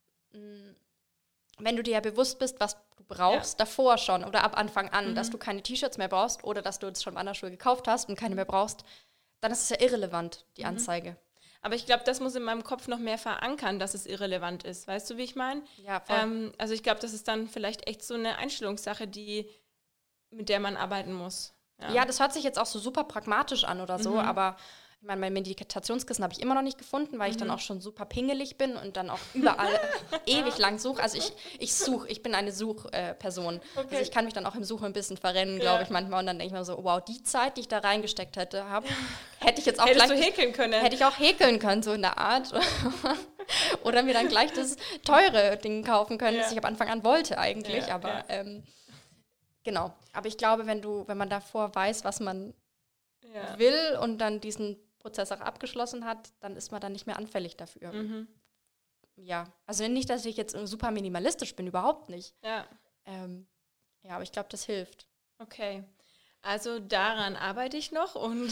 wenn du dir ja bewusst bist, was du brauchst, davor schon oder ab Anfang an, dass du keine T-Shirts mehr brauchst oder dass du jetzt schon Wanderschuhe gekauft hast und keine mehr brauchst, dann ist es ja irrelevant, die Anzeige. Aber ich glaube, das muss in meinem Kopf noch mehr verankern, dass es irrelevant ist. Weißt du, wie ich meine? Ja, voll. Also ich glaube, das ist dann vielleicht echt so eine Einstellungssache, mit der man arbeiten muss. Ja, das hört sich jetzt auch so super pragmatisch an oder so, aber ich meine, mein Meditationskissen habe ich immer noch nicht gefunden, weil ich dann auch schon super pingelig bin und dann auch überall ewig lang suche. Also ich bin eine Suchperson. Okay. Also ich kann mich dann auch im Suchen ein bisschen verrennen, glaube ich, manchmal. Und dann denke ich mir so, wow, die Zeit, die ich da reingesteckt hätte ich jetzt auch Hättest du häkeln können. Hätte ich auch häkeln können, so in der Art. Oder mir dann gleich das teure Ding kaufen können, das ich am Anfang an wollte eigentlich. Aber genau. Aber ich glaube, wenn man davor weiß, was man will und dann diesen Prozess auch abgeschlossen hat, dann ist man dann nicht mehr anfällig dafür. Ja, also nicht, dass ich jetzt super minimalistisch bin, überhaupt nicht. Ja, aber ich glaube, das hilft. Okay, also daran arbeite ich noch und,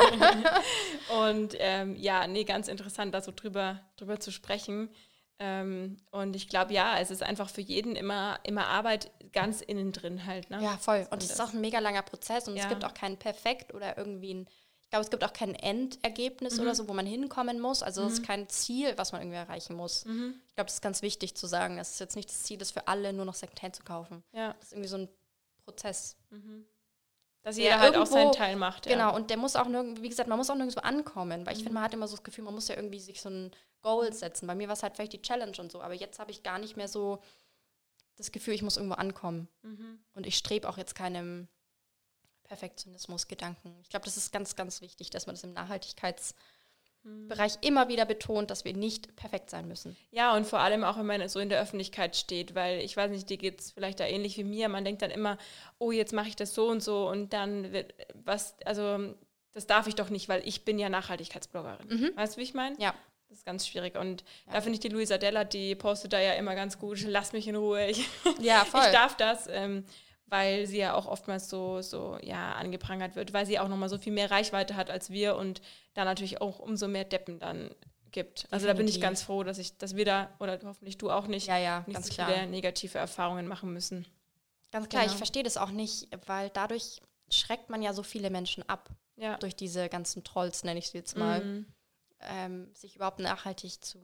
ganz interessant, da so drüber zu sprechen. Und ich glaube, es ist einfach für jeden immer Arbeit ganz innen drin halt. Ne? Ja, voll. Und es ist auch ein mega langer Prozess und es gibt auch keinen Perfekt oder irgendwie ich glaube, es gibt auch kein Endergebnis oder so, wo man hinkommen muss. Also es ist kein Ziel, was man irgendwie erreichen muss. Ich glaube, das ist ganz wichtig zu sagen. Es ist jetzt nicht das Ziel, das für alle nur noch Secondhand zu kaufen. Ja. Das ist irgendwie so ein Prozess. Dass jeder halt auch seinen Teil macht. Ja. Genau, und der muss auch wie gesagt, man muss auch nirgendwo ankommen. Weil ich finde, man hat immer so das Gefühl, man muss ja irgendwie sich so ein Goal setzen. Bei mir war es halt vielleicht die Challenge und so. Aber jetzt habe ich gar nicht mehr so das Gefühl, ich muss irgendwo ankommen. Und ich strebe auch jetzt keinem Perfektionismus-Gedanken. Ich glaube, das ist ganz, ganz wichtig, dass man das im Nachhaltigkeitsbereich Bereich immer wieder betont, dass wir nicht perfekt sein müssen. Ja, und vor allem auch, wenn man so in der Öffentlichkeit steht, weil ich weiß nicht, dir geht es vielleicht da ähnlich wie mir, man denkt dann immer, oh, jetzt mache ich das so und dann wird das darf ich doch nicht, weil ich bin ja Nachhaltigkeitsbloggerin. Weißt du, wie ich meine? Ja. Das ist ganz schwierig und da finde ich die Luisa Dellert, die postet da ja immer ganz gut, lass mich in Ruhe, ich darf das, weil sie ja auch oftmals so angeprangert wird, weil sie auch nochmal so viel mehr Reichweite hat als wir und da natürlich auch umso mehr Deppen dann gibt. Also da bin ich ganz froh, dass wir da, oder hoffentlich du auch nicht, nicht ganz so viele negative Erfahrungen machen müssen. Ganz klar, ich verstehe das auch nicht, weil dadurch schreckt man ja so viele Menschen ab. Ja. Durch diese ganzen Trolls, nenne ich sie jetzt mal. Sich überhaupt nachhaltig zu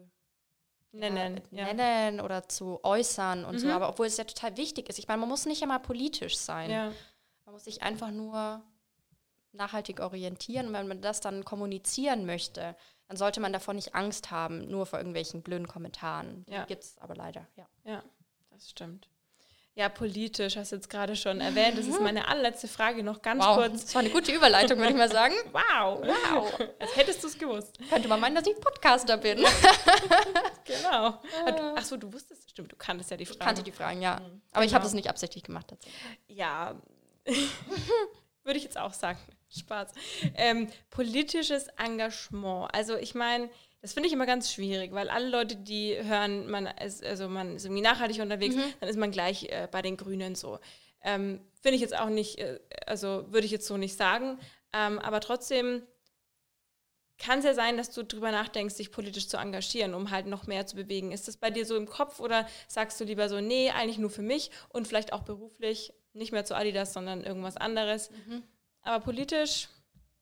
nennen oder zu äußern und so, aber obwohl es ja total wichtig ist. Ich meine, man muss nicht immer politisch sein. Ja. Man muss sich einfach nur nachhaltig orientieren und wenn man das dann kommunizieren möchte, dann sollte man davor nicht Angst haben, nur vor irgendwelchen blöden Kommentaren. Die gibt es aber leider, Ja, das stimmt. Ja, politisch, hast du jetzt gerade schon erwähnt. Das ist meine allerletzte Frage noch ganz kurz. Das war eine gute Überleitung, würde ich mal sagen. Wow. Als hättest du es gewusst. Könnte man meinen, dass ich Podcaster bin. Genau. Achso, du wusstest, stimmt, du kanntest ja die Fragen. Ich kannte die Fragen, ja. Aber ich habe das nicht absichtlich gemacht. Tatsächlich. Ja, würde ich jetzt auch sagen. Spaß. Politisches Engagement. Also ich meine, das finde ich immer ganz schwierig, weil alle Leute, die hören, man ist irgendwie nachhaltig unterwegs, dann ist man gleich bei den Grünen so. Finde ich jetzt auch nicht, würde ich jetzt so nicht sagen, aber trotzdem kann es ja sein, dass du drüber nachdenkst, dich politisch zu engagieren, um halt noch mehr zu bewegen. Ist das bei dir so im Kopf oder sagst du lieber so, nee, eigentlich nur für mich und vielleicht auch beruflich, nicht mehr zu Adidas, sondern irgendwas anderes. Aber politisch...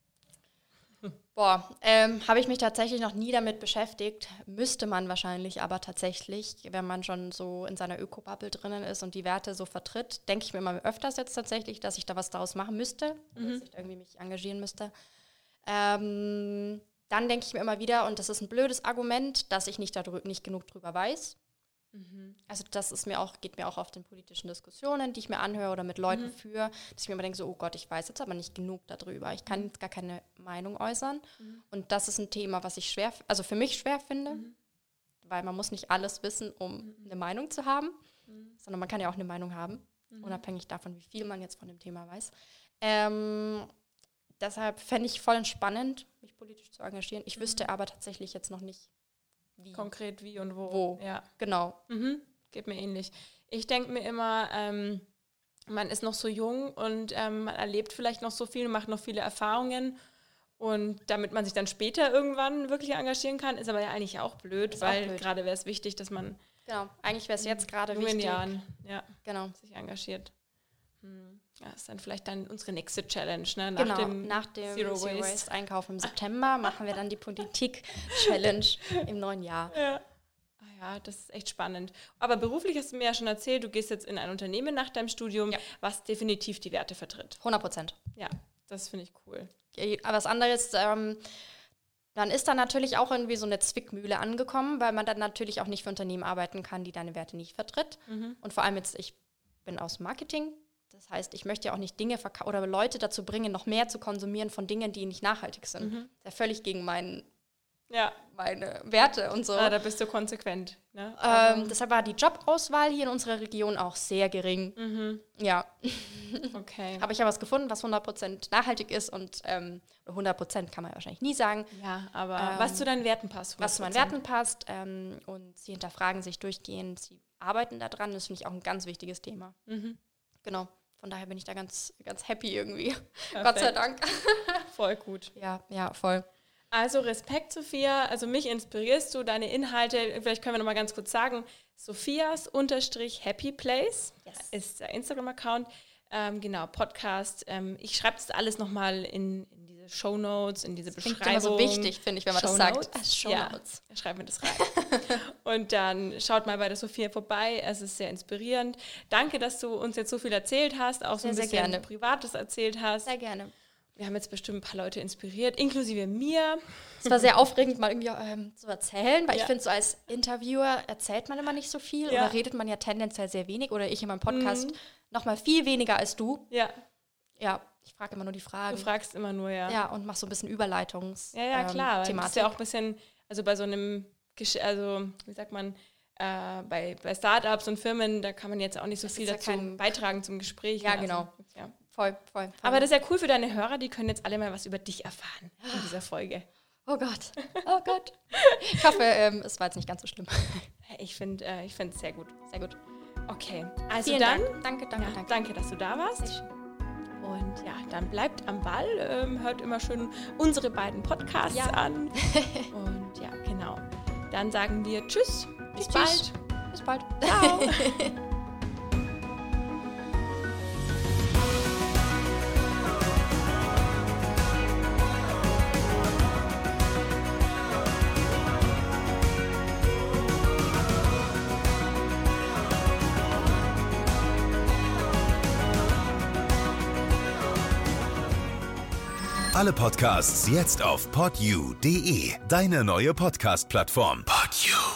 habe ich mich tatsächlich noch nie damit beschäftigt. Müsste man wahrscheinlich aber tatsächlich, wenn man schon so in seiner Öko-Bubble drinnen ist und die Werte so vertritt, denke ich mir immer öfters jetzt tatsächlich, dass ich da was daraus machen müsste, dass ich da irgendwie mich engagieren müsste. Dann denke ich mir immer wieder, und das ist ein blödes Argument, dass ich nicht genug drüber weiß. Also das geht mir auch auf den politischen Diskussionen, die ich mir anhöre oder mit Leuten führe, dass ich mir immer denke, so, oh Gott, ich weiß jetzt aber nicht genug darüber. Ich kann jetzt gar keine Meinung äußern. Und das ist ein Thema, was ich für mich schwer finde, weil man muss nicht alles wissen, um eine Meinung zu haben, sondern man kann ja auch eine Meinung haben, unabhängig davon, wie viel man jetzt von dem Thema weiß. Deshalb fände ich voll entspannend, mich politisch zu engagieren. Ich wüsste aber tatsächlich jetzt noch nicht, wie. Konkret wie und wo. Ja, genau. Geht mir ähnlich. Ich denke mir immer, man ist noch so jung und man erlebt vielleicht noch so viel, macht noch viele Erfahrungen und damit man sich dann später irgendwann wirklich engagieren kann, ist aber ja eigentlich auch blöd, weil gerade wäre es wichtig, dass man eigentlich wäre es jetzt gerade wichtig, Jahren, sich engagiert. Ja, ist dann vielleicht unsere nächste Challenge, ne? Nach dem Zero Waste Einkauf im September machen wir dann die Politik-Challenge im neuen Jahr. Ja, das ist echt spannend. Aber beruflich hast du mir ja schon erzählt, du gehst jetzt in ein Unternehmen nach deinem Studium, was definitiv die Werte vertritt. 100%. Ja, das finde ich cool. Was anderes, dann ist da natürlich auch irgendwie so eine Zwickmühle angekommen, weil man dann natürlich auch nicht für Unternehmen arbeiten kann, die deine Werte nicht vertritt. Und vor allem jetzt, ich bin aus Marketing. Das heißt, ich möchte ja auch nicht Dinge oder Leute dazu bringen, noch mehr zu konsumieren von Dingen, die nicht nachhaltig sind. Das ist ja völlig gegen meine Werte und so. Da bist du konsequent. Ne? Deshalb war die Jobauswahl hier in unserer Region auch sehr gering. Ja. Okay. Aber ich habe was gefunden, was 100% nachhaltig ist und 100% kann man wahrscheinlich nie sagen. Ja, aber was zu deinen Werten passt. 100%. Was zu meinen Werten passt und sie hinterfragen sich durchgehend, sie arbeiten daran, das finde ich auch ein ganz wichtiges Thema. Genau. Von daher bin ich da ganz, ganz happy irgendwie. Perfekt. Gott sei Dank. Voll gut. Ja, voll. Also Respekt, Sophia. Also mich inspirierst du, deine Inhalte. Vielleicht können wir noch mal ganz kurz sagen. Sophias_happyplace ist der Instagram-Account. Genau, Podcast. Ich schreibe das alles noch mal in diese Shownotes, in diese Beschreibung. Das klingt immer so wichtig, finde ich, wenn man das sagt. Shownotes. Ja, schreibt mir das rein. Und dann schaut mal bei der Sophia vorbei. Es ist sehr inspirierend. Danke, dass du uns jetzt so viel erzählt hast, auch so ein bisschen Privates erzählt hast. Sehr gerne. Wir haben jetzt bestimmt ein paar Leute inspiriert, inklusive mir. Es war sehr aufregend, mal irgendwie zu erzählen, weil ich finde, so als Interviewer erzählt man immer nicht so viel oder redet man ja tendenziell sehr wenig oder ich in meinem Podcast noch mal viel weniger als du. Ja. Ja, Ich frage immer nur die Fragen. Du fragst immer nur, ja. Ja, und mach so ein bisschen Überleitungs Ja, klar. Thematik. Das ist ja auch ein bisschen, also bei so einem, wie sagt man, bei Startups und Firmen, da kann man jetzt auch nicht so viel dazu beitragen zum Gespräch. Ja, genau. Ja. Voll. Aber das ist ja cool für deine Hörer, die können jetzt alle mal was über dich erfahren in dieser Folge. Oh Gott. Ich hoffe, es war jetzt nicht ganz so schlimm. Ich finde es sehr gut. Sehr gut. Okay, also Vielen dann. Dank. Danke. Danke, dass du da warst. Und ja, dann bleibt am Ball, hört immer schön unsere beiden Podcasts an. Und ja, genau. Dann sagen wir Tschüss. Bis bald. Bis bald. Ciao. Alle Podcasts jetzt auf podyou.de, deine neue Podcast-Plattform. Podyou.